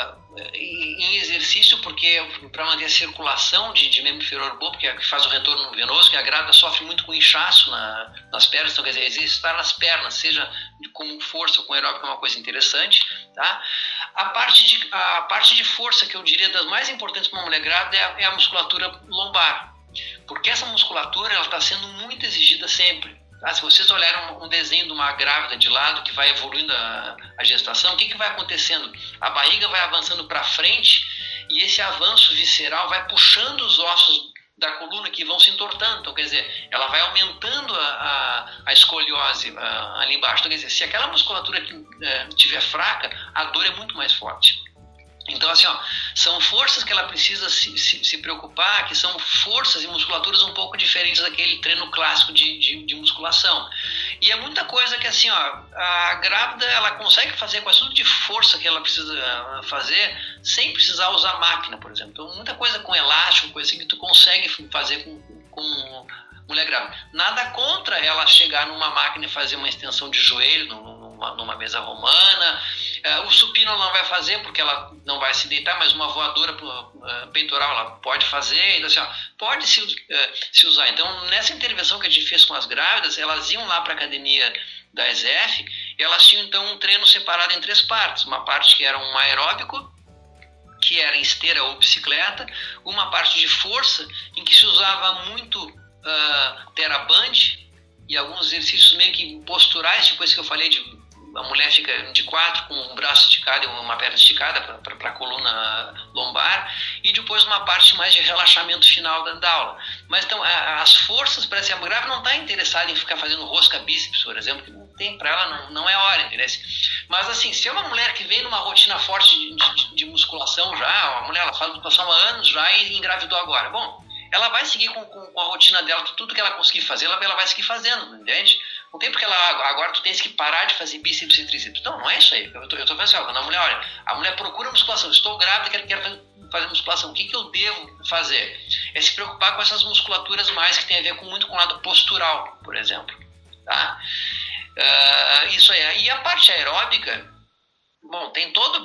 em exercício, porque para manter a circulação de membro inferior bom, porque é que faz o retorno venoso, que a grávida sofre muito com inchaço nas pernas, então quer dizer, exercitar nas pernas, seja com força ou com aeróbico, é uma coisa interessante, tá? A parte de força que eu diria das mais importantes para uma mulher grávida é a musculatura lombar, porque essa musculatura ela está sendo muito exigida sempre. Se vocês olharem um desenho de uma grávida de lado que vai evoluindo a gestação, o que vai acontecendo? A barriga vai avançando para frente e esse avanço visceral vai puxando os ossos da coluna que vão se entortando. Então, quer dizer, ela vai aumentando a escoliose ali embaixo. Então, quer dizer, se aquela musculatura estiver fraca, a dor é muito mais forte. Então, assim, são forças que ela precisa se preocupar, que são forças e musculaturas um pouco diferentes daquele treino clássico de musculação. E é muita coisa que, assim, a grávida, ela consegue fazer quase tudo de força que ela precisa fazer, sem precisar usar máquina, por exemplo. Então, muita coisa com elástico, coisa assim, que tu consegue fazer com mulher grávida. Nada contra ela chegar numa máquina e fazer uma extensão de joelho, numa mesa romana. O supino ela não vai fazer porque ela não vai se deitar, mas uma voadora peitoral ela pode fazer. Então, assim, pode se usar. Então, nessa intervenção que a gente fez com as grávidas, elas iam lá para a academia da ESEF e elas tinham então um treino separado em 3 partes. Uma parte que era um aeróbico, que era em esteira ou bicicleta, uma parte de força em que se usava muito TheraBand e alguns exercícios meio que posturais, tipo esse que eu falei de a mulher fica de 4 com um braço esticado e uma perna esticada para a coluna lombar, e depois uma parte mais de relaxamento final da aula. Mas então, as forças, parece que a grávida não está interessada em ficar fazendo rosca bíceps, por exemplo, que não tem, para ela não é hora, entendeu? Mas assim, se é uma mulher que vem numa rotina forte de musculação já, a mulher ela faz musculação há anos já e engravidou agora, bom, ela vai seguir com a rotina dela, tudo que ela conseguir fazer, ela vai seguir fazendo, entende? Não tem porque agora tu tens que parar de fazer bíceps e tríceps. Não é isso aí. Eu tô pensando, quando a mulher procura musculação, estou grávida, quero fazer musculação, o que eu devo fazer? É se preocupar com essas musculaturas mais que tem a ver muito com o lado postural, por exemplo. Tá? Isso aí. E a parte aeróbica, bom, tem todo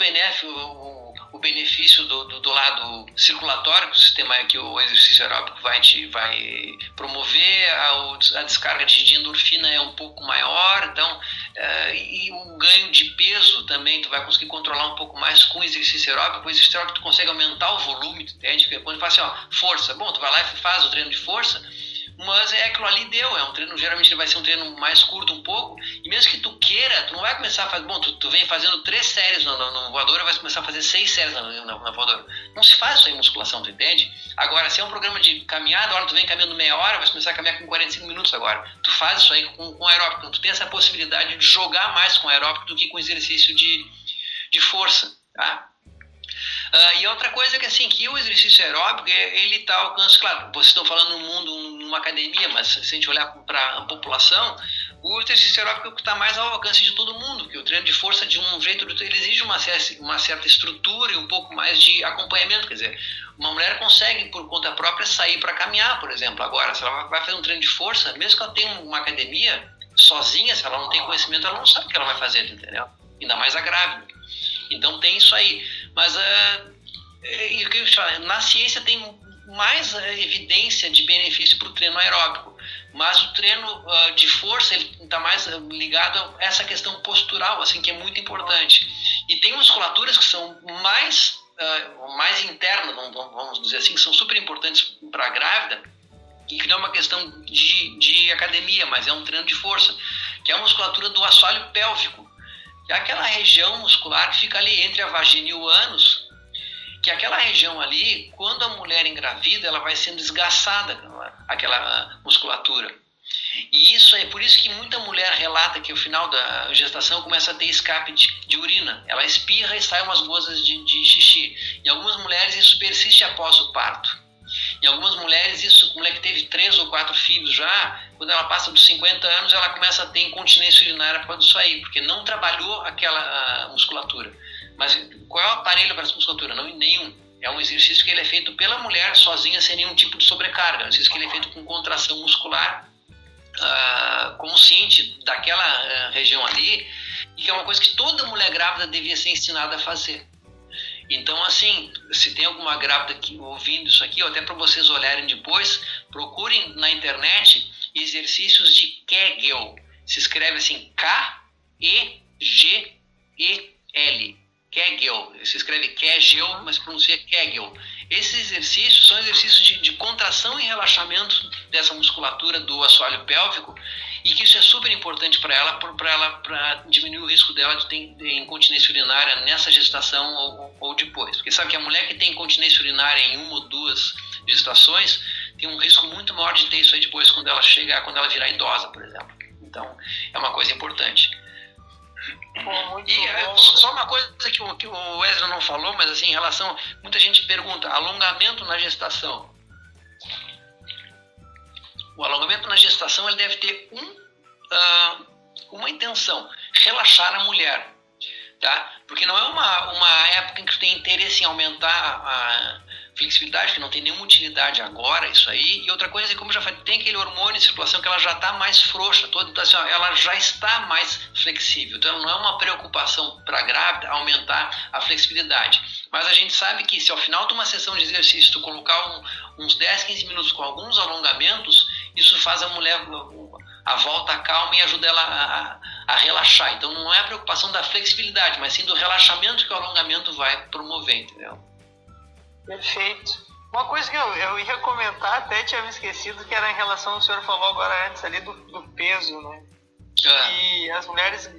o benefício do lado circulatório, que o sistema que o exercício aeróbico vai promover, a descarga de endorfina é um pouco maior, então, e o ganho de peso também tu vai conseguir controlar um pouco mais com o exercício aeróbico. O exercício aeróbico tu consegue aumentar o volume, tu entende? Porque quando tu faz assim, força, bom, tu vai lá e faz o treino de força, mas aquilo ali é um treino, geralmente ele vai ser um treino mais curto um pouco, e mesmo que tu queira, tu não vai começar a fazer, bom, tu vem fazendo 3 séries no voador, vai começar a fazer 6 séries na voadora. Não se faz isso aí em musculação, tu entende? Agora, se é um programa de caminhada, agora tu vem caminhando meia hora, vai começar a caminhar com 45 minutos agora. Tu faz isso aí com aeróbico, então tu tem essa possibilidade de jogar mais com aeróbico do que com exercício de força, tá? E outra coisa é que, assim, que o exercício aeróbico, ele está ao alcance, claro, vocês estão falando no mundo, numa academia, mas se a gente olhar para a população, o exercício aeróbico está mais ao alcance de todo mundo, porque o treino de força, de um jeito, ele exige uma certa estrutura e um pouco mais de acompanhamento, quer dizer, uma mulher consegue, por conta própria, sair para caminhar, por exemplo. Agora, se ela vai fazer um treino de força, mesmo que ela tenha uma academia, sozinha, se ela não tem conhecimento, ela não sabe o que ela vai fazer, entendeu? Ainda mais a grávida. Então tem isso aí. Mas na ciência tem mais evidência de benefício para o treino aeróbico, mas o treino de força está mais ligado a essa questão postural, assim, que é muito importante. E tem musculaturas que são mais internas, vamos dizer assim, que são super importantes para a grávida, e que não é uma questão de academia, mas é um treino de força, que é a musculatura do assoalho pélvico. É aquela região muscular que fica ali entre a vagina e o ânus, que aquela região ali, quando a mulher engravida, ela vai sendo desgastada, aquela musculatura. E isso é por isso que muita mulher relata que ao final da gestação começa a ter escape de urina. Ela espirra e sai umas gozas de xixi. Em algumas mulheres isso persiste após o parto. Em algumas mulheres, isso, mulher que teve 3 ou 4 filhos já, quando ela passa dos 50 anos, ela começa a ter incontinência urinária por causa disso aí, porque não trabalhou aquela musculatura. Mas qual é o aparelho para essa musculatura? Não, nenhum. É um exercício que ele é feito pela mulher sozinha, sem nenhum tipo de sobrecarga. É um exercício que ele é feito com contração muscular consciente daquela região ali, e que é uma coisa que toda mulher grávida devia ser ensinada a fazer. Então, assim, se tem alguma grávida ouvindo isso aqui, ou até para vocês olharem depois, procurem na internet exercícios de Kegel. Se escreve assim, K-E-G-E-L. Kegel. Se escreve Kegel, mas pronuncia Kegel. Esses exercícios são exercícios de contração e relaxamento dessa musculatura do assoalho pélvico, e que isso é super importante para ela, para diminuir o risco dela de ter incontinência urinária nessa gestação ou depois. Porque sabe que a mulher que tem incontinência urinária em 1 ou 2 gestações tem um risco muito maior de ter isso aí depois quando ela virar idosa, por exemplo. Então, é uma coisa importante. Só uma coisa que o Wesley não falou, mas assim, em relação... Muita gente pergunta, alongamento na gestação. O alongamento na gestação ele deve ter uma intenção, relaxar a mulher. Tá? Porque não é uma época em que tu tem interesse em aumentar a flexibilidade, que não tem nenhuma utilidade agora, isso aí. E outra coisa é, como eu já falei, tem aquele hormônio em circulação que ela já está mais frouxa, então, assim, ela já está mais flexível. Então não é uma preocupação para a grávida aumentar a flexibilidade. Mas a gente sabe que se ao final de uma sessão de exercício tu colocar uns 10, 15 minutos com alguns alongamentos, isso faz a mulher... a volta calma e ajuda ela a relaxar. Então não é a preocupação da flexibilidade, mas sim do relaxamento que o alongamento vai promover, entendeu? Perfeito. Uma coisa que eu ia comentar, até tinha me esquecido, que era em relação ao que o senhor falou agora antes ali do peso, né? E as mulheres...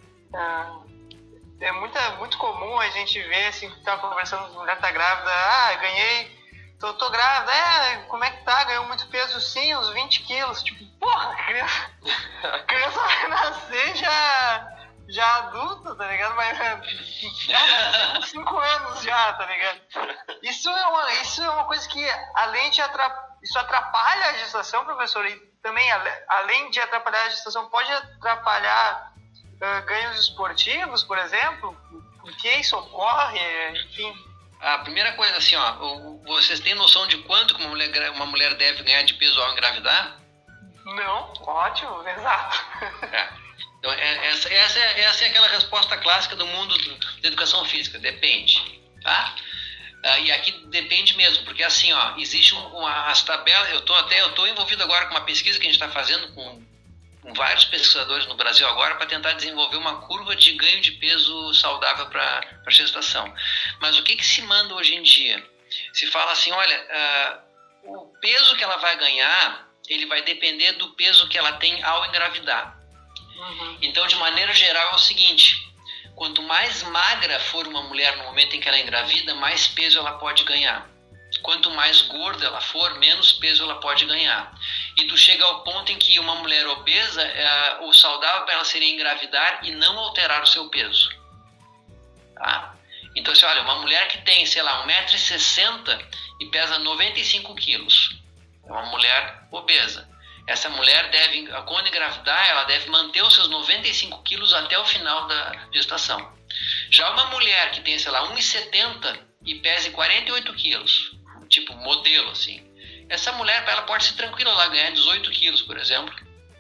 é muito comum a gente ver, assim, que tá conversando, a mulher tá grávida, ganhei... Tô grávida, como é que tá? Ganhou muito peso? Sim, uns 20 quilos. Tipo, porra, a criança vai nascer já adulta, tá ligado? Mas já 5 anos já, tá ligado? Isso é uma coisa que, além de isso atrapalha a gestação, professor, e também, além de atrapalhar a gestação, pode atrapalhar ganhos esportivos, por exemplo? Por que isso ocorre? Enfim... A primeira coisa, assim, vocês têm noção de quanto que uma mulher deve ganhar de peso ao engravidar? Não, ótimo, exato. Então, essa é aquela resposta clássica do mundo da educação física, depende, tá? E aqui depende mesmo, porque assim, existe as tabelas, eu tô envolvido agora com uma pesquisa que a gente está fazendo com vários pesquisadores no Brasil agora para tentar desenvolver uma curva de ganho de peso saudável para gestação. Mas o que se manda hoje em dia? Se fala assim, olha, o peso que ela vai ganhar, ele vai depender do peso que ela tem ao engravidar. Uhum. Então, de maneira geral, é o seguinte, quanto mais magra for uma mulher no momento em que ela engravida, mais peso ela pode ganhar. Quanto mais gorda ela for, menos peso ela pode ganhar. E tu chega ao ponto em que uma mulher obesa, o saudável para ela seria engravidar e não alterar o seu peso. Tá? Então, assim, olha, uma mulher que tem, sei lá, 1,60 m e pesa 95 quilos, é uma mulher obesa. Essa mulher deve, quando engravidar, ela deve manter os seus 95 quilos até o final da gestação. Já uma mulher que tem, sei lá, 1,70 m e pese 48 quilos, tipo modelo, assim, essa mulher, ela pode ser tranquila lá, ganhar 18 quilos, por exemplo,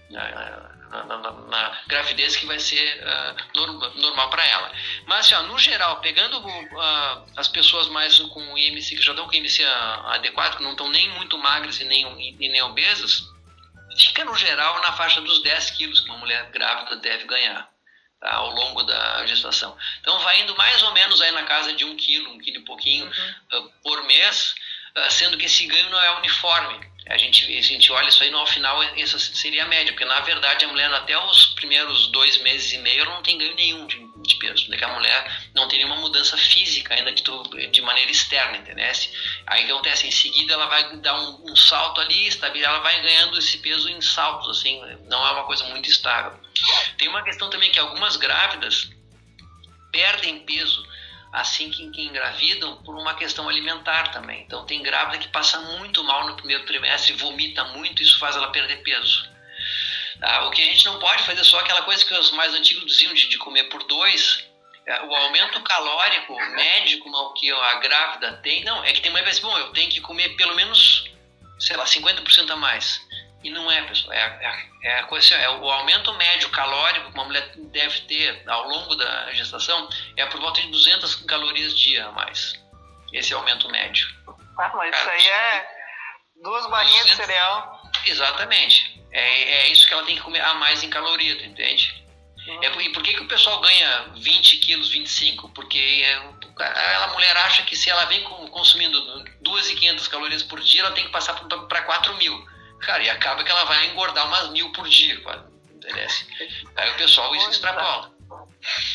na gravidez, que vai ser normal para ela. Mas, assim, no geral, pegando as pessoas mais com IMC, que já estão com IMC adequado, que não estão nem muito magras e nem obesas, fica, no geral, na faixa dos 10 quilos que uma mulher grávida deve ganhar, tá, ao longo da gestação. Então, vai indo mais ou menos aí na casa de 1 quilo e pouquinho por mês, sendo que esse ganho não é uniforme. A gente olha isso aí, no final, essa seria a média, porque, na verdade, a mulher, até os primeiros 2 meses e meio, ela não tem ganho nenhum de peso, porque a mulher não tem nenhuma mudança física ainda de maneira externa, entendeu? Aí o que acontece? Em seguida, ela vai dar um salto ali, ela vai ganhando esse peso em saltos, assim, não é uma coisa muito estável. Tem uma questão também que algumas grávidas perdem peso assim que engravidam por uma questão alimentar também. Então tem grávida que passa muito mal no primeiro trimestre, vomita muito, isso faz ela perder peso. O que a gente não pode fazer, só aquela coisa que os mais antigos diziam de comer por 2, o aumento calórico médio que a grávida tem, não, é que tem mãe que vai dizer, bom, eu tenho que comer pelo menos, sei lá, 50% a mais. E não é, pessoal, a coisa assim, o aumento médio calórico que uma mulher deve ter ao longo da gestação é por volta de 200 calorias dia a mais. Esse é o aumento médio. Mas isso aí é 2 barrinhas de cereal. Exatamente. É isso que ela tem que comer a mais em caloria, tu entende? E por que o pessoal ganha 20 quilos, 25? Porque a mulher acha que se ela vem consumindo 2.500 calorias por dia, ela tem que passar para 4.000. Cara, e acaba que ela vai engordar umas 1.000 por dia, entendeu? Aí o pessoal isso extrapola.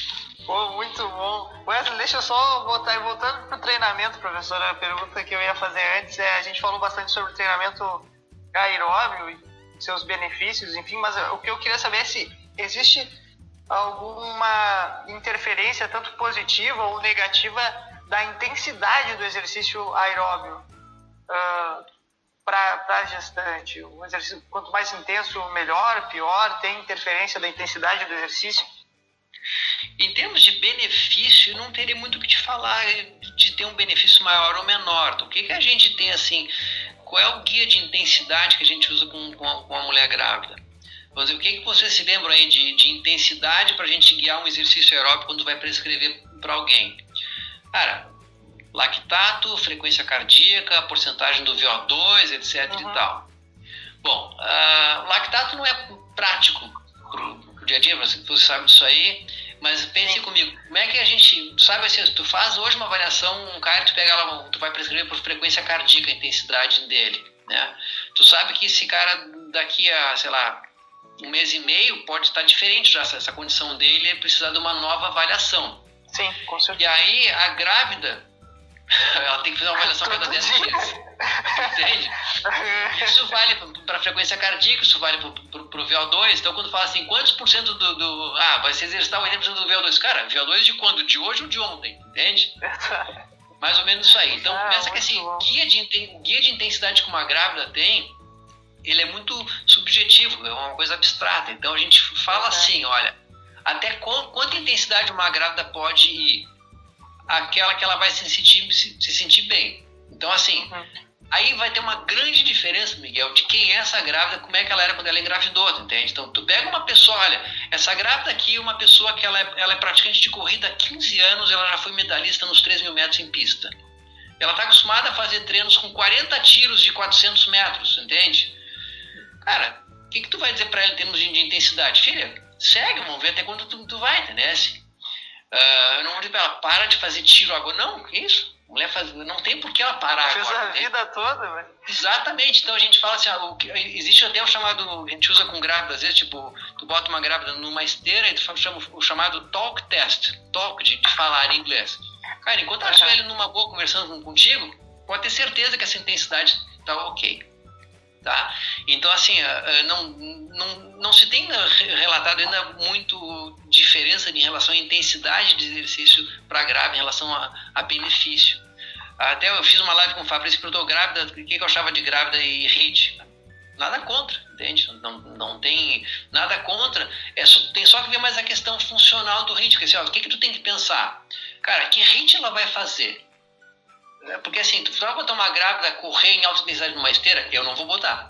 Pô, muito bom. Wesley, deixa eu só voltando pro treinamento, professora, a pergunta que eu ia fazer antes a gente falou bastante sobre o treinamento aeróbio e seus benefícios, enfim, mas o que eu queria saber é se existe alguma interferência, tanto positiva ou negativa, da intensidade do exercício aeróbio para a gestante. O exercício, quanto mais intenso, melhor, pior? Tem interferência da intensidade do exercício? Em termos de benefício, não teria muito o que te falar de ter um benefício maior ou menor. Então, o que a gente tem assim? Qual é o guia de intensidade que a gente usa com a mulher grávida? Vamos dizer, o que vocês se lembram aí de intensidade para a gente guiar um exercício aeróbico quando vai prescrever para alguém? Cara, lactato, frequência cardíaca, porcentagem do VO2, etc. e tal. Bom, lactato não é prático pro dia a dia, você sabe disso aí, mas pense comigo, como é que a gente sabe assim, tu faz hoje uma avaliação, um cara, tu vai prescrever por frequência cardíaca a intensidade dele, né? Tu sabe que esse cara daqui a, sei lá, 1 mês e meio pode estar diferente já, essa condição dele é precisar de uma nova avaliação. Sim, com certeza. E aí a grávida, ela tem que fazer uma avaliação cada 10 dias. Entende? Isso vale para a frequência cardíaca, isso vale para o VO2. Então, quando fala assim, quantos por cento vai se exercitar 80% do VO2? Cara, VO2 de quando? De hoje ou de ontem? Entende? Mais ou menos isso aí. Então, pensa que assim, guia de intensidade que uma grávida tem, ele é muito subjetivo, é uma coisa abstrata. Então, a gente fala assim, olha, até quanta intensidade uma grávida pode ir? Aquela que ela vai se sentir bem. Então, assim, aí vai ter uma grande diferença, Miguel, de quem é essa grávida, como é que ela era quando ela engravidou, entende? Então, tu pega uma pessoa, olha, essa grávida aqui é uma pessoa que ela é praticante de corrida há 15 anos, ela já foi medalhista nos 3.000 metros em pista. Ela está acostumada a fazer treinos com 40 tiros de 400 metros, entende? Cara, o que tu vai dizer para ela em termos de intensidade? Filha, segue, vamos ver até quando tu vai, entendeu? Eu não vou dizer para ela, para de fazer tiro agora. Não, que isso? Mulher não tem por que ela parar agora. Fez a vida toda, velho. Exatamente. Então a gente fala assim, existe até o chamado, a gente usa com grávida, às vezes, tipo, tu bota uma grávida numa esteira e tu chama o chamado talk test, talk de falar em inglês. Cara, enquanto ela estiver ali numa boa conversando contigo, pode ter certeza que essa intensidade tá ok. Tá? Então, assim, não se tem relatado ainda muito diferença em relação à intensidade de exercício para grávida em relação a benefício. Até eu fiz uma live com o Fabrício que perguntou grávida, o que eu achava de grávida e HIIT. Nada contra, entende? Não tem nada contra, tem só que ver mais a questão funcional do HIIT, porque assim, o que tu tem que pensar? Cara, que HIIT ela vai fazer? Porque assim, tu vai botar uma grávida correr em alta intensidade numa esteira? Eu não vou botar.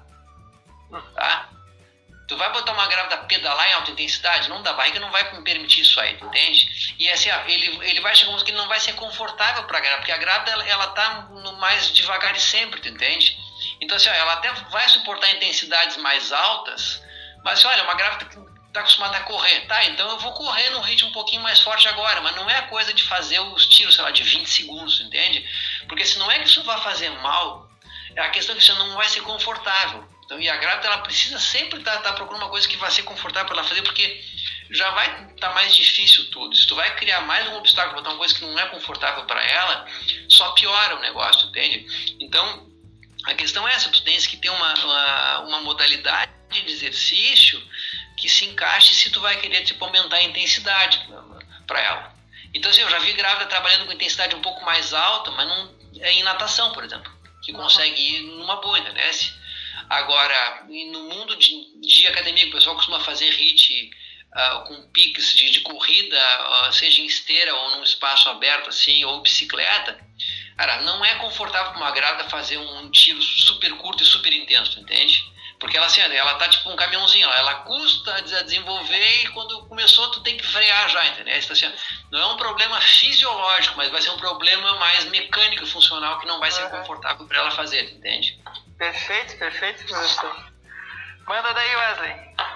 Tá? Tu vai botar uma grávida pedalar em alta intensidade? Não dá, a barriga não vai me permitir isso aí, entende? E assim, ele vai chegar um momento que ele não vai ser confortável para a grávida, porque a grávida ela tá no mais devagar e sempre, tu entende? Então assim, ela até vai suportar intensidades mais altas, mas assim, olha, uma grávida que está acostumada a correr, tá? Então eu vou correr num ritmo um pouquinho mais forte agora, mas não é a coisa de fazer os tiros, sei lá, de 20 segundos, entende? Porque se não é que isso vai fazer mal, é a questão que você não vai ser confortável. Então, e a grávida, ela precisa sempre estar procurando uma coisa que vai ser confortável para ela fazer, porque já vai estar mais difícil tudo. Se tu vai criar mais um obstáculo, botar uma coisa que não é confortável para ela, só piora o negócio, entende? Então, a questão é essa, tu tens que ter uma modalidade de exercício que se encaixe se tu vai querer, tipo, aumentar a intensidade para ela. Então, assim, eu já vi grávida trabalhando com intensidade um pouco mais alta, mas não é em natação, por exemplo, que consegue ir numa boa, né? Agora, no mundo de academia, o pessoal costuma fazer HIIT com piques de corrida, seja em esteira ou num espaço aberto, assim, ou bicicleta. Cara, não é confortável para uma grávida fazer um tiro super curto e super intenso, entende? Porque ela, assim, ela tá tipo um caminhãozinho, ela custa a desenvolver e quando começou tu tem que frear já, entendeu? Então, assim, não é um problema fisiológico, mas vai ser um problema mais mecânico e funcional que não vai ser confortável para ela fazer, entende? Perfeito, professor. Manda daí, Wesley.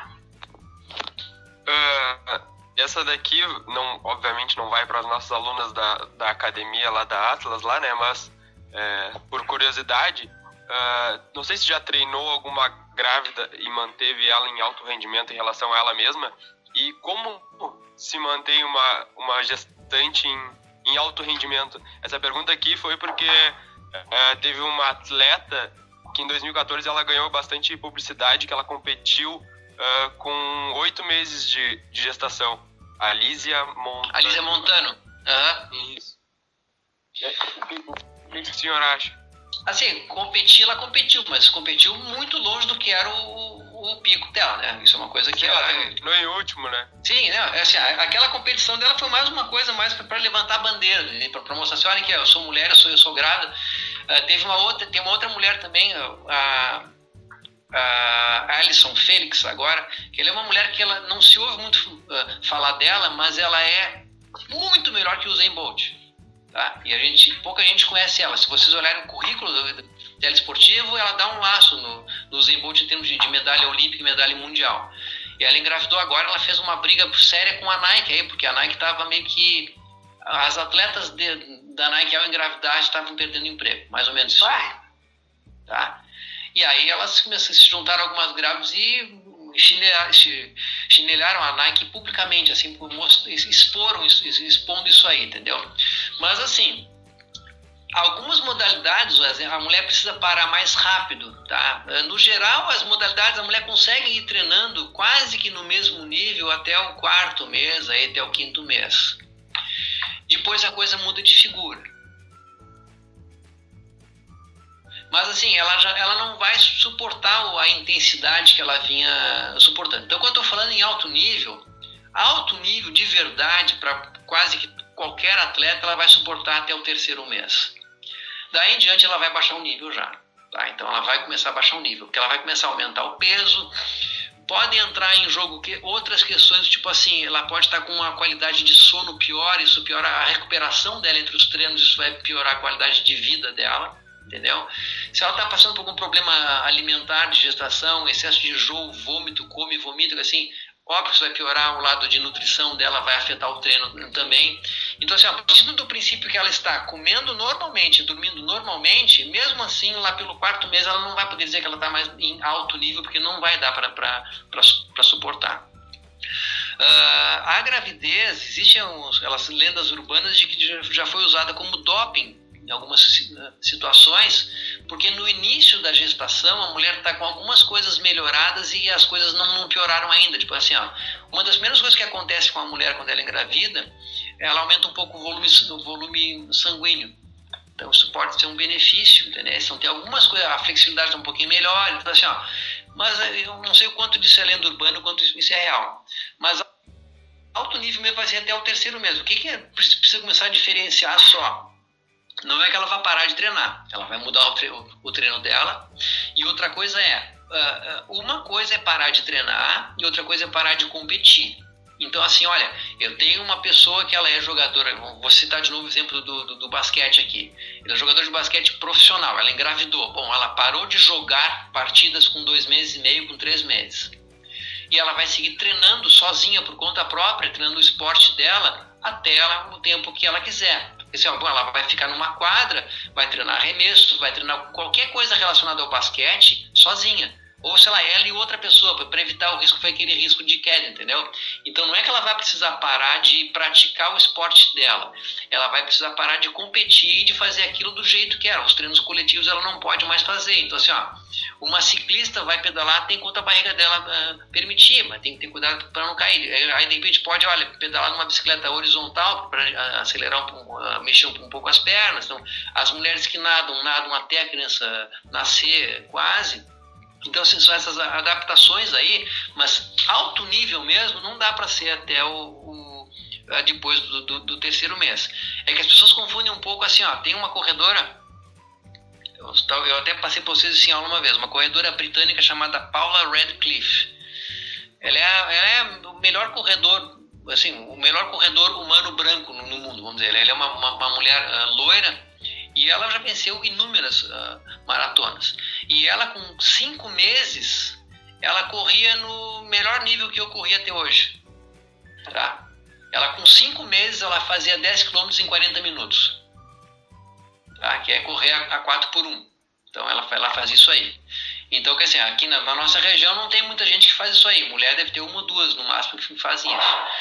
Essa daqui, obviamente, não vai para as nossas alunas da academia lá da Atlas, lá, né? Mas, por curiosidade, não sei se já treinou alguma grávida e manteve ela em alto rendimento em relação a ela mesma. E como se mantém uma gestante em alto rendimento? Essa pergunta aqui foi porque teve uma atleta que em 2014 ela ganhou bastante publicidade, que ela competiu com 8 meses de gestação. Alísia Montano. Alísia Montano. Isso. O que o senhor acha? Assim, ela competiu, mas competiu muito longe do que era o pico dela, né? Isso é uma coisa que ela... Não é em último, né? Sim, né? Assim, aquela competição dela foi mais uma coisa mais para levantar a bandeira, né? Para mostrar assim, olha que eu sou mulher, eu sou grávida. Tem uma outra mulher também, a Allyson Felix agora, que ela é uma mulher que ela não se ouve muito falar dela, mas ela é muito melhor que o Usain Bolt, tá? E pouca gente conhece ela. Se vocês olharem o currículo dela esportivo, ela dá um laço no Usain Bolt em termos de medalha olímpica e medalha mundial. E ela engravidou agora, ela fez uma briga séria com a Nike aí, porque a Nike estava meio que... As atletas da Nike ao engravidar estavam perdendo emprego, mais ou menos isso aí, tá? E aí elas se juntaram algumas grávidas e chinelaram a Nike publicamente, assim, expondo isso aí, entendeu? Mas assim, algumas modalidades a mulher precisa parar mais rápido, tá? No geral, as modalidades a mulher consegue ir treinando quase que no mesmo nível até o 4º mês, aí até o 5º mês. Depois a coisa muda de figura. Mas assim, ela não vai suportar a intensidade que ela vinha suportando. Então, quando eu estou falando em alto nível de verdade, para quase que qualquer atleta, ela vai suportar até o 3º mês. Daí em diante ela vai baixar o nível já. Tá? Então ela vai começar a baixar o nível, porque ela vai começar a aumentar o peso. Pode entrar em jogo outras questões, tipo assim, ela pode estar com uma qualidade de sono pior, isso piora a recuperação dela entre os treinos, isso vai piorar a qualidade de vida dela, entendeu? Se ela está passando por algum problema alimentar de gestação, excesso de enjoo, vômito, come, vomita, assim, óbvio que isso vai piorar o lado de nutrição dela, vai afetar o treino também. Então, assim, a partir do princípio que ela está comendo normalmente, dormindo normalmente, mesmo assim, lá pelo 4º mês, ela não vai poder dizer que ela está mais em alto nível, porque não vai dar para suportar. A gravidez, existem aquelas lendas urbanas de que já foi usada como doping em algumas situações, porque no início da gestação a mulher está com algumas coisas melhoradas e as coisas não pioraram ainda. Tipo assim, uma das primeiras coisas que acontece com a mulher quando ela engravida, ela aumenta um pouco o volume sanguíneo. Então isso pode ser um benefício, entendeu? Então tem algumas coisas, a flexibilidade está um pouquinho melhor, então, assim, mas eu não sei o quanto disso é lenda urbana, o quanto isso é real. Mas alto nível mesmo vai ser até o 3º mês. O que é? Precisa começar a diferenciar só. Não é que ela vai parar de treinar, ela vai mudar o treino dela. E outra coisa uma coisa é parar de treinar e outra coisa é parar de competir. Então, assim, olha, eu tenho uma pessoa que ela é jogadora, vou citar de novo o exemplo do basquete aqui. Ela é jogadora de basquete profissional, ela engravidou. Bom, ela parou de jogar partidas com 2 meses e meio, com 3 meses. E ela vai seguir treinando sozinha, por conta própria, treinando o esporte dela até o tempo que ela quiser. Assim, ela vai ficar numa quadra, vai treinar arremesso, vai treinar qualquer coisa relacionada ao basquete sozinha. Ou, sei lá, ela e outra pessoa, para evitar o risco, foi aquele risco de queda, entendeu? Então não é que ela vai precisar parar de praticar o esporte dela. Ela vai precisar parar de competir e de fazer aquilo do jeito que era. Os treinos coletivos ela não pode mais fazer. Então, assim, uma ciclista vai pedalar, tem quanto a barriga dela permitir, mas tem que ter cuidado para não cair. Aí, de repente, pode, pedalar numa bicicleta horizontal para acelerar mexer um pouco as pernas. Então, as mulheres que nadam até a criança nascer quase. Então, assim, são essas adaptações aí, mas alto nível mesmo não dá para ser até depois do 3º mês. É que as pessoas confundem um pouco assim, tem uma corredora, eu até passei para vocês assim, aula uma vez, uma corredora britânica chamada Paula Radcliffe. Ela é o melhor corredor, assim, o melhor corredor humano branco no mundo, vamos dizer. Ela é uma mulher loira. E ela já venceu inúmeras maratonas. E ela, com 5 meses, ela corria no melhor nível que eu corri até hoje. Tá? Ela, com 5 meses, ela fazia 10 km em 40 minutos. Tá? Que é correr a 4x1. Então, ela faz isso aí. Então, quer dizer, aqui na nossa região não tem muita gente que faz isso aí. Mulher deve ter 1 ou 2 no máximo que fazem isso.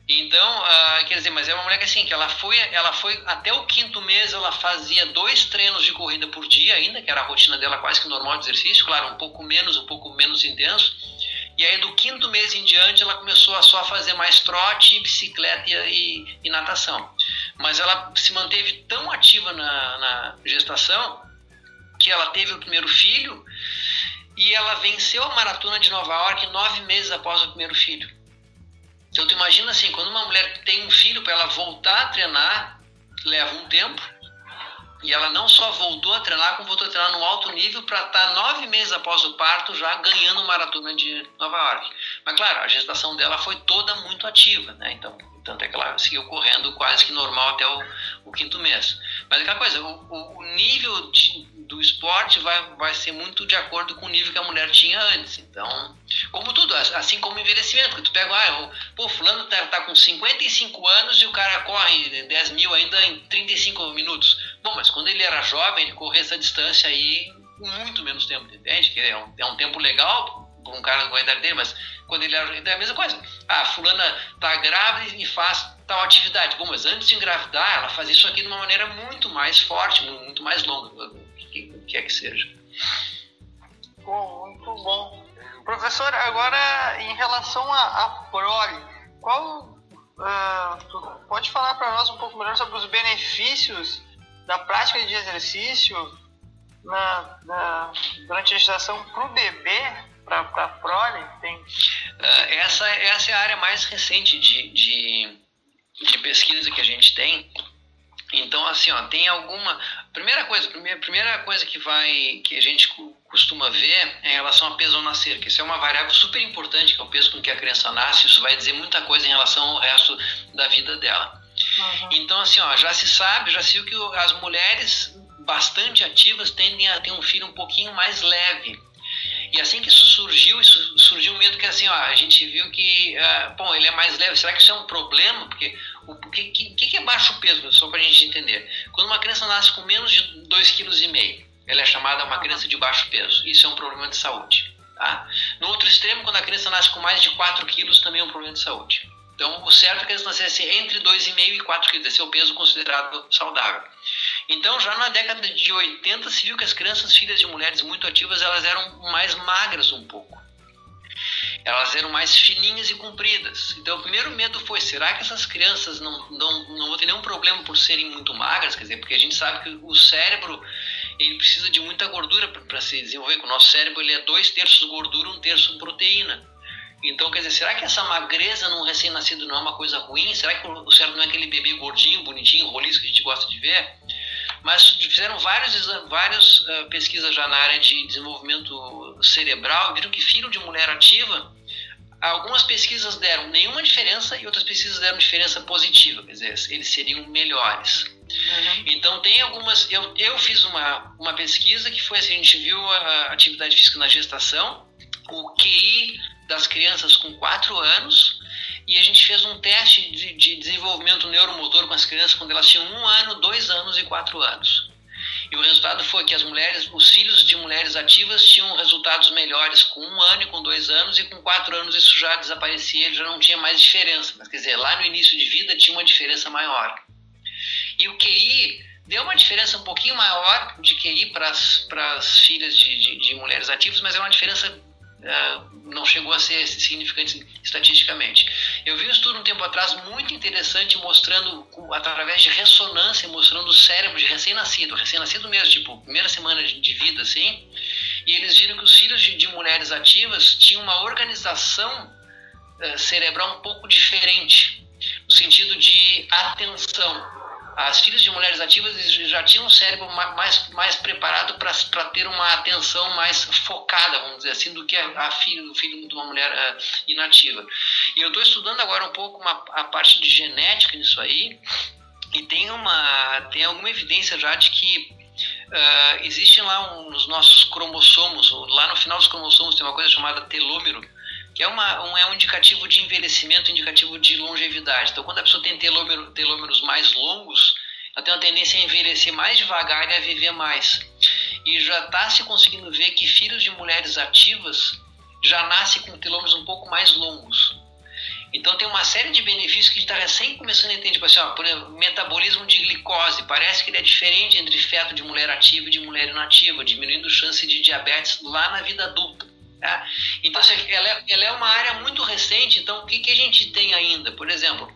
Então, quer dizer, mas é uma mulher que assim, que ela foi até o 5º mês, ela fazia 2 treinos de corrida por dia ainda, que era a rotina dela quase que normal de exercício, claro, um pouco menos intenso. E aí do 5º mês em diante ela começou a só fazer mais trote, bicicleta e natação. Mas ela se manteve tão ativa na gestação que ela teve o primeiro filho e ela venceu a maratona de Nova York 9 meses após o primeiro filho. Então tu imagina assim, quando uma mulher tem um filho, para ela voltar a treinar, leva um tempo. E ela não só voltou a treinar, como voltou a treinar no alto nível para estar 9 meses após o parto já ganhando maratona de Nova York. Mas claro, a gestação dela foi toda muito ativa, né? Então, tanto é que ela seguiu correndo quase que normal até o 5º mês. Mas aquela coisa, o nível do esporte vai ser muito de acordo com o nível que a mulher tinha antes. Então, como tudo, assim como o envelhecimento, que tu pega, fulano tá com 55 anos e o cara corre 10 mil ainda em 35 minutos. Bom, mas quando ele era jovem, ele corria essa distância aí com muito menos tempo, entende? Que é um tempo legal para um cara com a idade dele, mas quando ele era, então é a mesma coisa. Fulana tá grávida e faz tal atividade. Bom, mas antes de engravidar, ela fazia isso aqui de uma maneira muito mais forte, muito mais longa, o que quer que seja. Bom, muito bom. Professor, agora em relação à prole, tu pode falar para nós um pouco melhor sobre os benefícios da prática de exercício durante a gestação para o bebê, para a prole? Essa é a área mais recente de pesquisa que a gente tem. Então, assim, tem alguma... Primeira coisa que a gente costuma ver é em relação ao peso ao nascer, que isso é uma variável super importante, que é o peso com que a criança nasce. Isso vai dizer muita coisa em relação ao resto da vida dela. Uhum. Então, assim, já se viu que as mulheres bastante ativas tendem a ter um filho um pouquinho mais leve. E assim que isso surgiu um medo que assim, a gente viu que, ele é mais leve. Será que isso é um problema? Porque o que é baixo peso, só para a gente entender? Quando uma criança nasce com menos de 2,5 kg, ela é chamada uma criança de baixo peso. Isso é um problema de saúde. Tá? No outro extremo, quando a criança nasce com mais de 4 kg, também é um problema de saúde. Então, o certo é que a criança nascesse entre 2,5 e 4 kg. Esse é o peso considerado saudável. Então, já na década de 80, se viu que as crianças, filhas de mulheres muito ativas, elas eram mais magras um pouco. Elas eram mais fininhas e compridas. Então, o primeiro medo foi, será que essas crianças não vão ter nenhum problema por serem muito magras? Quer dizer, porque a gente sabe que o cérebro, ele precisa de muita gordura para se desenvolver. O nosso cérebro, ele é 2/3 gordura, 1/3 proteína. Então, quer dizer, será que essa magreza num recém-nascido não é uma coisa ruim? Será que o cérebro não é aquele bebê gordinho, bonitinho, roliço que a gente gosta de ver? Mas fizeram várias pesquisas já na área de desenvolvimento cerebral, viram que filho de mulher ativa, algumas pesquisas deram nenhuma diferença e outras pesquisas deram diferença positiva, quer dizer, eles seriam melhores. Uhum. Então tem algumas, eu fiz uma pesquisa que foi assim, a gente viu a atividade física na gestação, o QI das crianças com 4 anos, e a gente fez um teste de desenvolvimento neuromotor com as crianças quando elas tinham 1 ano, 2 anos e 4 anos. E o resultado foi que os filhos de mulheres ativas tinham resultados melhores com 1 ano e com 2 anos, e com 4 anos isso já desaparecia, já não tinha mais diferença. Mas quer dizer, lá no início de vida tinha uma diferença maior. E o QI deu uma diferença um pouquinho maior de QI para as filhas de mulheres ativas, mas é uma diferença... não chegou a ser significante estatisticamente. Eu vi um estudo um tempo atrás muito interessante mostrando, através de ressonância, mostrando o cérebro de recém-nascido mesmo, tipo, primeira semana de vida, assim, e eles viram que os filhos de mulheres ativas tinham uma organização cerebral um pouco diferente, no sentido de atenção. As filhas de mulheres ativas já tinham um cérebro mais preparado para ter uma atenção mais focada, vamos dizer assim, do que o filho de uma mulher inativa. E eu estou estudando agora um pouco a parte de genética nisso aí, e tem alguma evidência já de que existe lá nos nossos cromossomos, lá no final dos cromossomos tem uma coisa chamada telômero, que é um indicativo de envelhecimento, indicativo de longevidade. Então, quando a pessoa tem telômeros mais longos, ela tem uma tendência a envelhecer mais devagar e a viver mais. E já está se conseguindo ver que filhos de mulheres ativas já nascem com telômeros um pouco mais longos. Então tem uma série de benefícios que a gente está recém começando a entender, tipo assim, por exemplo, metabolismo de glicose, parece que ele é diferente entre feto de mulher ativa e de mulher inativa, diminuindo a chance de diabetes lá na vida adulta. Tá? Então assim, ela é uma área muito recente, então o que a gente tem ainda? Por exemplo,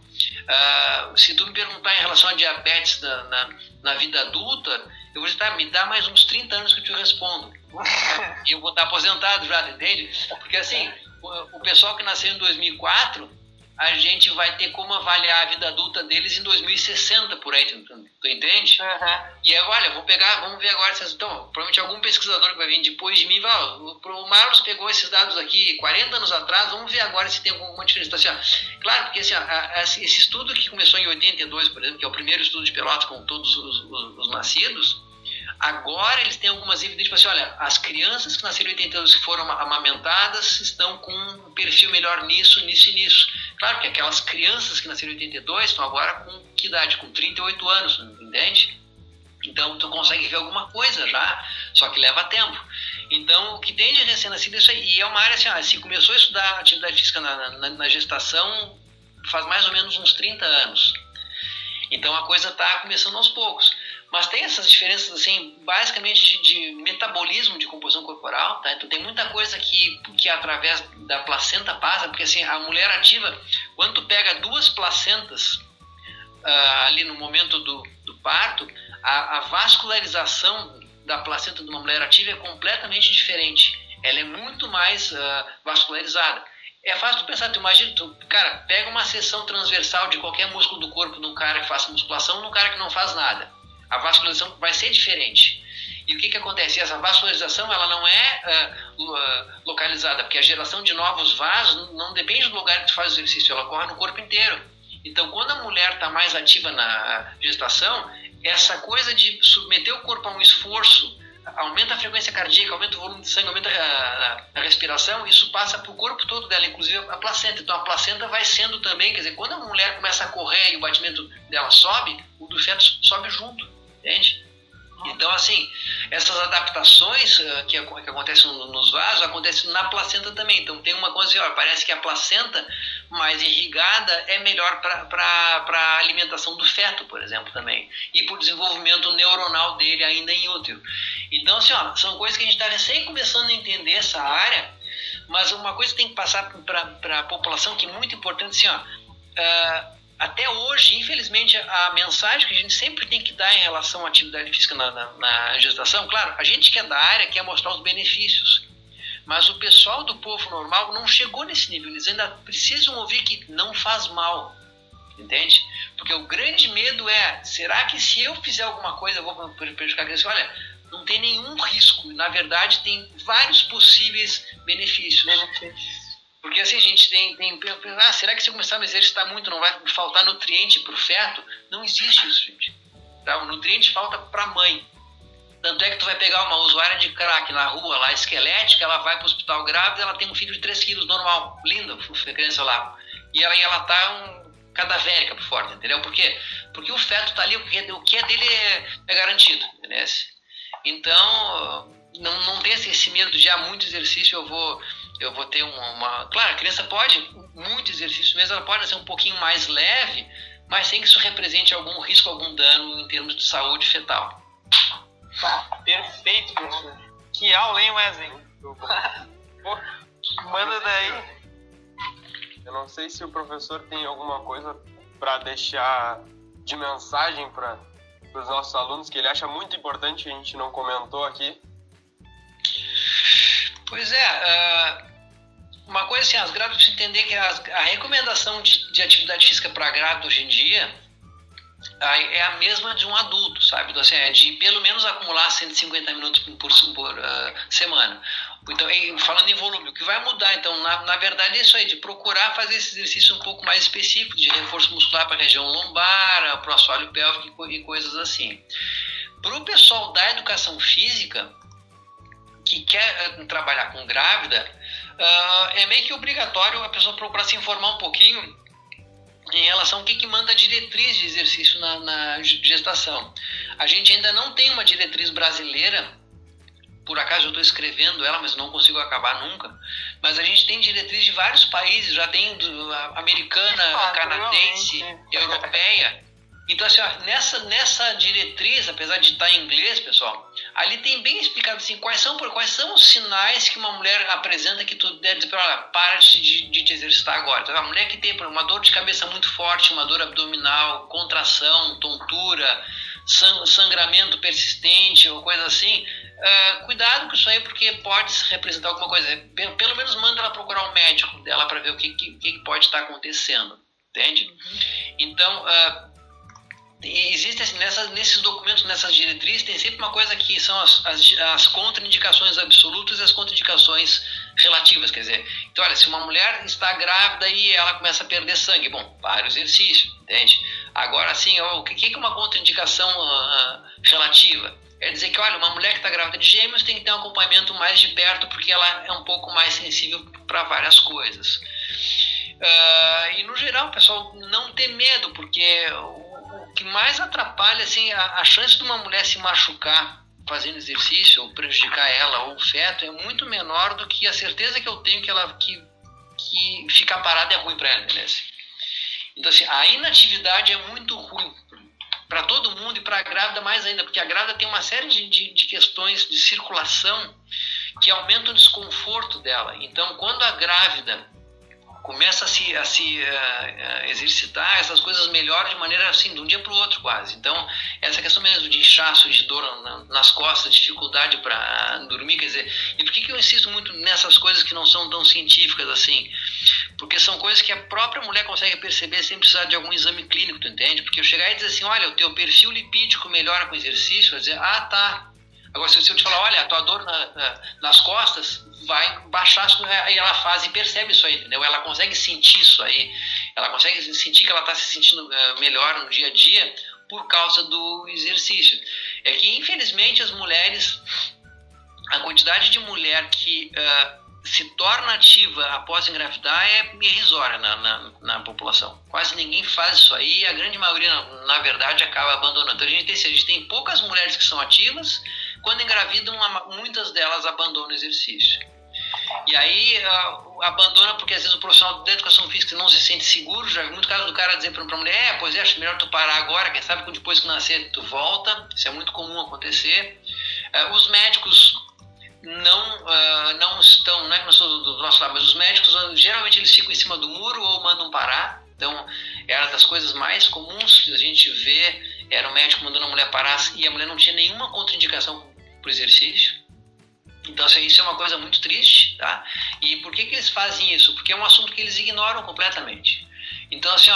se tu me perguntar em relação a diabetes na vida adulta, eu vou dizer, me dá mais uns 30 anos que eu te respondo. E eu vou estar aposentado já, entende? Porque assim, o pessoal que nasceu em 2004, a gente vai ter como avaliar a vida adulta deles em 2060, por aí, tu entende? Uhum. E aí, olha, vamos ver agora, então, provavelmente algum pesquisador que vai vir depois de mim, o Marlos pegou esses dados aqui 40 anos atrás, vamos ver agora se tem alguma diferença. Então, assim, claro, porque assim, esse estudo que começou em 82, por exemplo, que é o primeiro estudo de Pelotas com todos os nascidos, agora eles têm algumas evidências, tipo assim, olha, as crianças que nasceram em 82 que foram amamentadas estão com um perfil melhor nisso e nisso. Claro que aquelas crianças que nasceram em 82 estão agora com que idade? Com 38 anos, entende? Então tu consegue ver alguma coisa já, só que leva tempo. Então o que tem de recém-nascido é isso aí. E é uma área assim, se começou a estudar atividade física na gestação faz mais ou menos uns 30 anos. Então a coisa está começando aos poucos. Mas tem essas diferenças, assim, basicamente de metabolismo de composição corporal, tá? Então tem muita coisa que através da placenta passa, porque assim, a mulher ativa, quando tu pega duas placentas ali no momento do parto, a vascularização da placenta de uma mulher ativa é completamente diferente. Ela é muito mais vascularizada. É fácil tu pensar, tu imagina, cara, pega uma seção transversal de qualquer músculo do corpo de um cara que faça musculação e de um cara que não faz nada. A vascularização vai ser diferente. E o que acontece? Essa vascularização ela não é localizada, porque a geração de novos vasos não depende do lugar que tu faz o exercício, ela ocorre no corpo inteiro. Então, quando a mulher está mais ativa na gestação, essa coisa de submeter o corpo a um esforço, aumenta a frequência cardíaca, aumenta o volume de sangue, aumenta a respiração, isso passa para o corpo todo dela, inclusive a placenta. Então, a placenta vai sendo também, quer dizer, quando a mulher começa a correr e o batimento dela sobe, o do feto sobe junto. Entende? Então, assim, essas adaptações que acontecem nos vasos, acontecem na placenta também. Então, tem uma coisa assim, parece que a placenta mais irrigada é melhor para a alimentação do feto, por exemplo, também. E para o desenvolvimento neuronal dele ainda em útero. Então, assim, são coisas que a gente está recém começando a entender essa área, mas uma coisa que tem que passar para a população que é muito importante, assim, até hoje, infelizmente, a mensagem que a gente sempre tem que dar em relação à atividade física na gestação, claro, a gente que é da área quer mostrar os benefícios, mas o pessoal do povo normal não chegou nesse nível, eles ainda precisam ouvir que não faz mal, entende? Porque o grande medo é, será que se eu fizer alguma coisa eu vou prejudicar a criança? Olha, não tem nenhum risco, na verdade tem vários possíveis benefícios. Porque assim, a gente tem será que se eu começar a me exercitar muito não vai faltar nutriente para o feto? Não existe isso, gente. Tá? O nutriente falta para a mãe. Tanto é que tu vai pegar uma usuária de crack na rua, lá esquelética, ela vai para o hospital grávida, ela tem um filho de 3 quilos, normal, linda, a criança lá. E ela tá cadavérica por fora, entendeu? Por quê? Porque o feto tá ali, o que é dele é garantido, entendeu? Então, não tem esse medo de muito exercício, eu vou ter uma... Claro, a criança pode, muito exercício mesmo, ela pode ser um pouquinho mais leve, mas sem que isso represente algum risco, algum dano em termos de saúde fetal. Perfeito, professor. Que aula, hein, Wesley? Pô, manda daí. Eu não sei se o professor tem alguma coisa para deixar de mensagem para os nossos alunos, que ele acha muito importante, a gente não comentou aqui. Pois é, uma coisa assim, as grávidas precisam entender que a recomendação de atividade física para grávida hoje em dia é a mesma de um adulto, sabe? Então, assim, é de pelo menos acumular 150 minutos por semana. Então, falando em volume, o que vai mudar, então, na verdade é isso aí, de procurar fazer esse exercício um pouco mais específico, de reforço muscular para a região lombar, para o assoalho pélvico e coisas assim. Para o pessoal da educação física, que quer trabalhar com grávida, é meio que obrigatório a pessoa procurar se informar um pouquinho em relação ao que manda a diretriz de exercício na gestação. A gente ainda não tem uma diretriz brasileira por acaso eu estou escrevendo ela, mas não consigo acabar nunca. Mas a gente tem diretriz de vários países, já tem americana, canadense, europeia. Então, assim, ó, nessa diretriz, apesar de estar em inglês, pessoal, ali tem bem explicado assim, quais são os sinais que uma mulher apresenta que tu deve dizer para ela, para de te exercitar agora. Então, a mulher que tem uma dor de cabeça muito forte, uma dor abdominal, contração, tontura, sangramento persistente ou coisa assim, cuidado com isso aí, porque pode representar alguma coisa. Pelo menos manda ela procurar um médico dela para ver o que pode estar acontecendo, entende? Então, existe assim, nesses documentos, nessas diretrizes, tem sempre uma coisa que são as contraindicações absolutas e as contraindicações relativas, quer dizer, então olha, se uma mulher está grávida e ela começa a perder sangue, bom, para o exercício, entende? Agora assim, o que é uma contraindicação relativa? Quer dizer que, olha, uma mulher que está grávida de gêmeos tem que ter um acompanhamento mais de perto porque ela é um pouco mais sensível para várias coisas. E no geral, pessoal, não ter medo, porque o que mais atrapalha, assim, a chance de uma mulher se machucar fazendo exercício ou prejudicar ela ou o feto é muito menor do que a certeza que eu tenho que ficar parada é ruim para ela, beleza? Então, assim, a inatividade é muito ruim para todo mundo e para a grávida mais ainda, porque a grávida tem uma série de questões de circulação que aumentam o desconforto dela. Então, quando a grávida começa a se exercitar, essas coisas melhoram de maneira assim, de um dia para o outro quase. Então, essa questão mesmo de inchaço, de dor nas costas, dificuldade para dormir, quer dizer, e por que eu insisto muito nessas coisas que não são tão científicas assim? Porque são coisas que a própria mulher consegue perceber sem precisar de algum exame clínico, tu entende? Porque eu chegar e dizer assim, olha, o teu perfil lipídico melhora com exercício, vai dizer, tá. Agora, se eu te falar, olha, a tua dor nas costas vai baixar, aí ela faz e percebe isso aí, entendeu? Ela consegue sentir isso aí, ela consegue sentir que ela está se sentindo melhor no dia a dia por causa do exercício. É que, infelizmente, as mulheres, a quantidade de mulher que se torna ativa após engravidar é irrisória na população. Quase ninguém faz isso aí e a grande maioria, na verdade, acaba abandonando. Então, a gente tem poucas mulheres que são ativas, quando engravidam, muitas delas abandonam o exercício. E aí abandona porque às vezes o profissional da educação física não se sente seguro. Já vi muito caso do cara dizer para a mulher, pois é, acho melhor tu parar agora, quem sabe depois que nascer tu volta. Isso é muito comum acontecer. Os médicos não estão, não é que nós somos do nosso lado, mas os médicos geralmente eles ficam em cima do muro ou mandam parar. Então, era das coisas mais comuns que a gente vê, era o médico mandando a mulher parar e a mulher não tinha nenhuma contraindicação para o exercício. Então, isso é uma coisa muito triste, tá? E por que eles fazem isso? Porque é um assunto que eles ignoram completamente. Então, assim,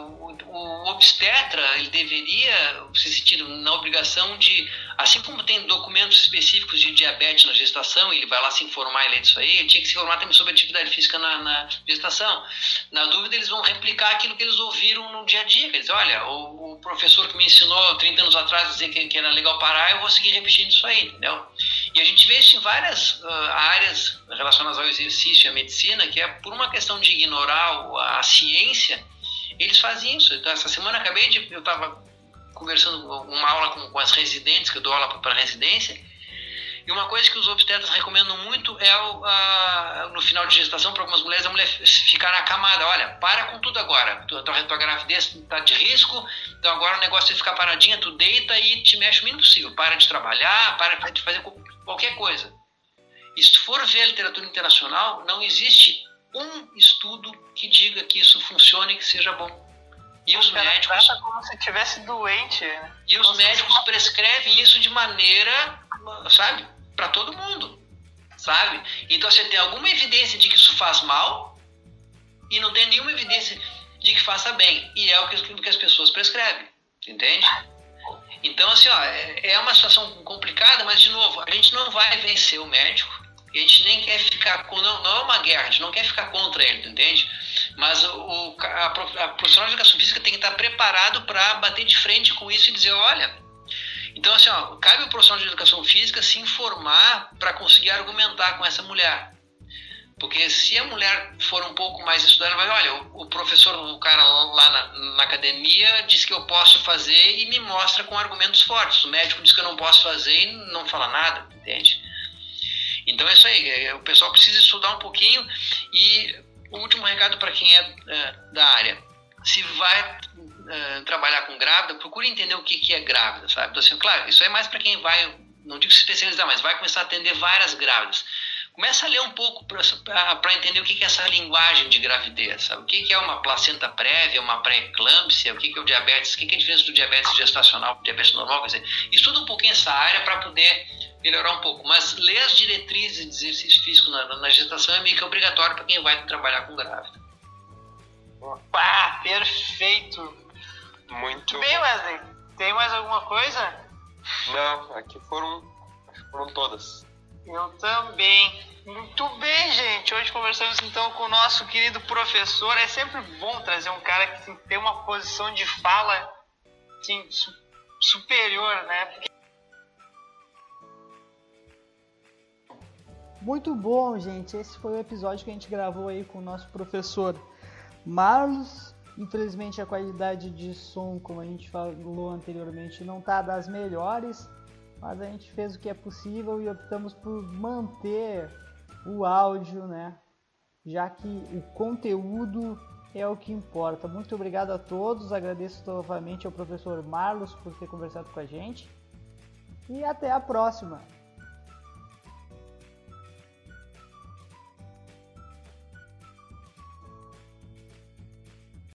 o obstetra, ele deveria se sentir na obrigação de, assim como tem documentos específicos de diabetes na gestação, ele vai lá se informar e ler disso aí, ele tinha que se informar também sobre atividade física na gestação. Na dúvida, eles vão replicar aquilo que eles ouviram no dia a dia. Quer dizer, olha, o professor que me ensinou 30 anos atrás a dizer que era legal parar, eu vou seguir repetindo isso aí, entendeu? E a gente vê isso em várias áreas relacionadas ao exercício e à medicina, que é por uma questão de ignorar a ciência, eles fazem isso. Então, essa semana eu estava conversando uma aula com as residentes, que eu dou aula para residência, e uma coisa que os obstetras recomendam muito é no final de gestação, para algumas mulheres, a mulher ficar acamada. Olha, para com tudo agora. Tua gravidez está de risco, então agora o negócio é ficar paradinha, tu deita e te mexe o mínimo possível. Para de trabalhar, para de fazer qualquer coisa. E se tu for ver a literatura internacional, não existe um estudo que diga que isso funcione e que seja bom. E os médicos... Trata como se estivesse doente. Né? E os médicos prescrevem isso de maneira, sabe, para todo mundo, sabe? Então você tem alguma evidência de que isso faz mal e não tem nenhuma evidência de que faça bem. E é o que as pessoas prescrevem, entende? Então, assim, é uma situação complicada, mas, de novo, a gente não vai vencer o médico. A gente nem quer ficar... Não é uma guerra, a gente não quer ficar contra ele, entende? Mas a profissional de educação física tem que estar preparado para bater de frente com isso e dizer, olha... Então, assim, cabe ao profissional de educação física se informar para conseguir argumentar com essa mulher. Porque se a mulher for um pouco mais estudada, vai, olha, o professor, o cara lá na academia diz que eu posso fazer e me mostra com argumentos fortes. O médico diz que eu não posso fazer e não fala nada, entende? Então é isso aí, o pessoal precisa estudar um pouquinho. E o último recado para quem é da área: se vai trabalhar com grávida, procure entender o que é grávida, sabe? Então, assim, claro, isso é mais para quem vai, não digo se especializar, mas vai começar a atender várias grávidas. Começa a ler um pouco para entender o que é essa linguagem de gravidez, sabe? O que é uma placenta prévia, uma pré-eclâmpsia, o que é o diabetes, o que é a diferença do diabetes gestacional para o diabetes normal, quer dizer, estuda um pouquinho essa área para poder melhorar um pouco, mas ler as diretrizes de exercício físico na gestação é meio que obrigatório para quem vai trabalhar com grávida. Pá, perfeito! Muito bem, Wesley, tem mais alguma coisa? Não, aqui foram todas. Eu também. Muito bem, gente. Hoje conversamos então com o nosso querido professor. É sempre bom trazer um cara que tem uma posição de fala assim, superior, né? Porque... Muito bom, gente. Esse foi o episódio que a gente gravou aí com o nosso professor Marlos. Infelizmente a qualidade de som, como a gente falou anteriormente, não está das melhores, mas a gente fez o que é possível e optamos por manter o áudio, né? Já que o conteúdo é o que importa. Muito obrigado a todos, agradeço novamente ao professor Marlos por ter conversado com a gente e até a próxima!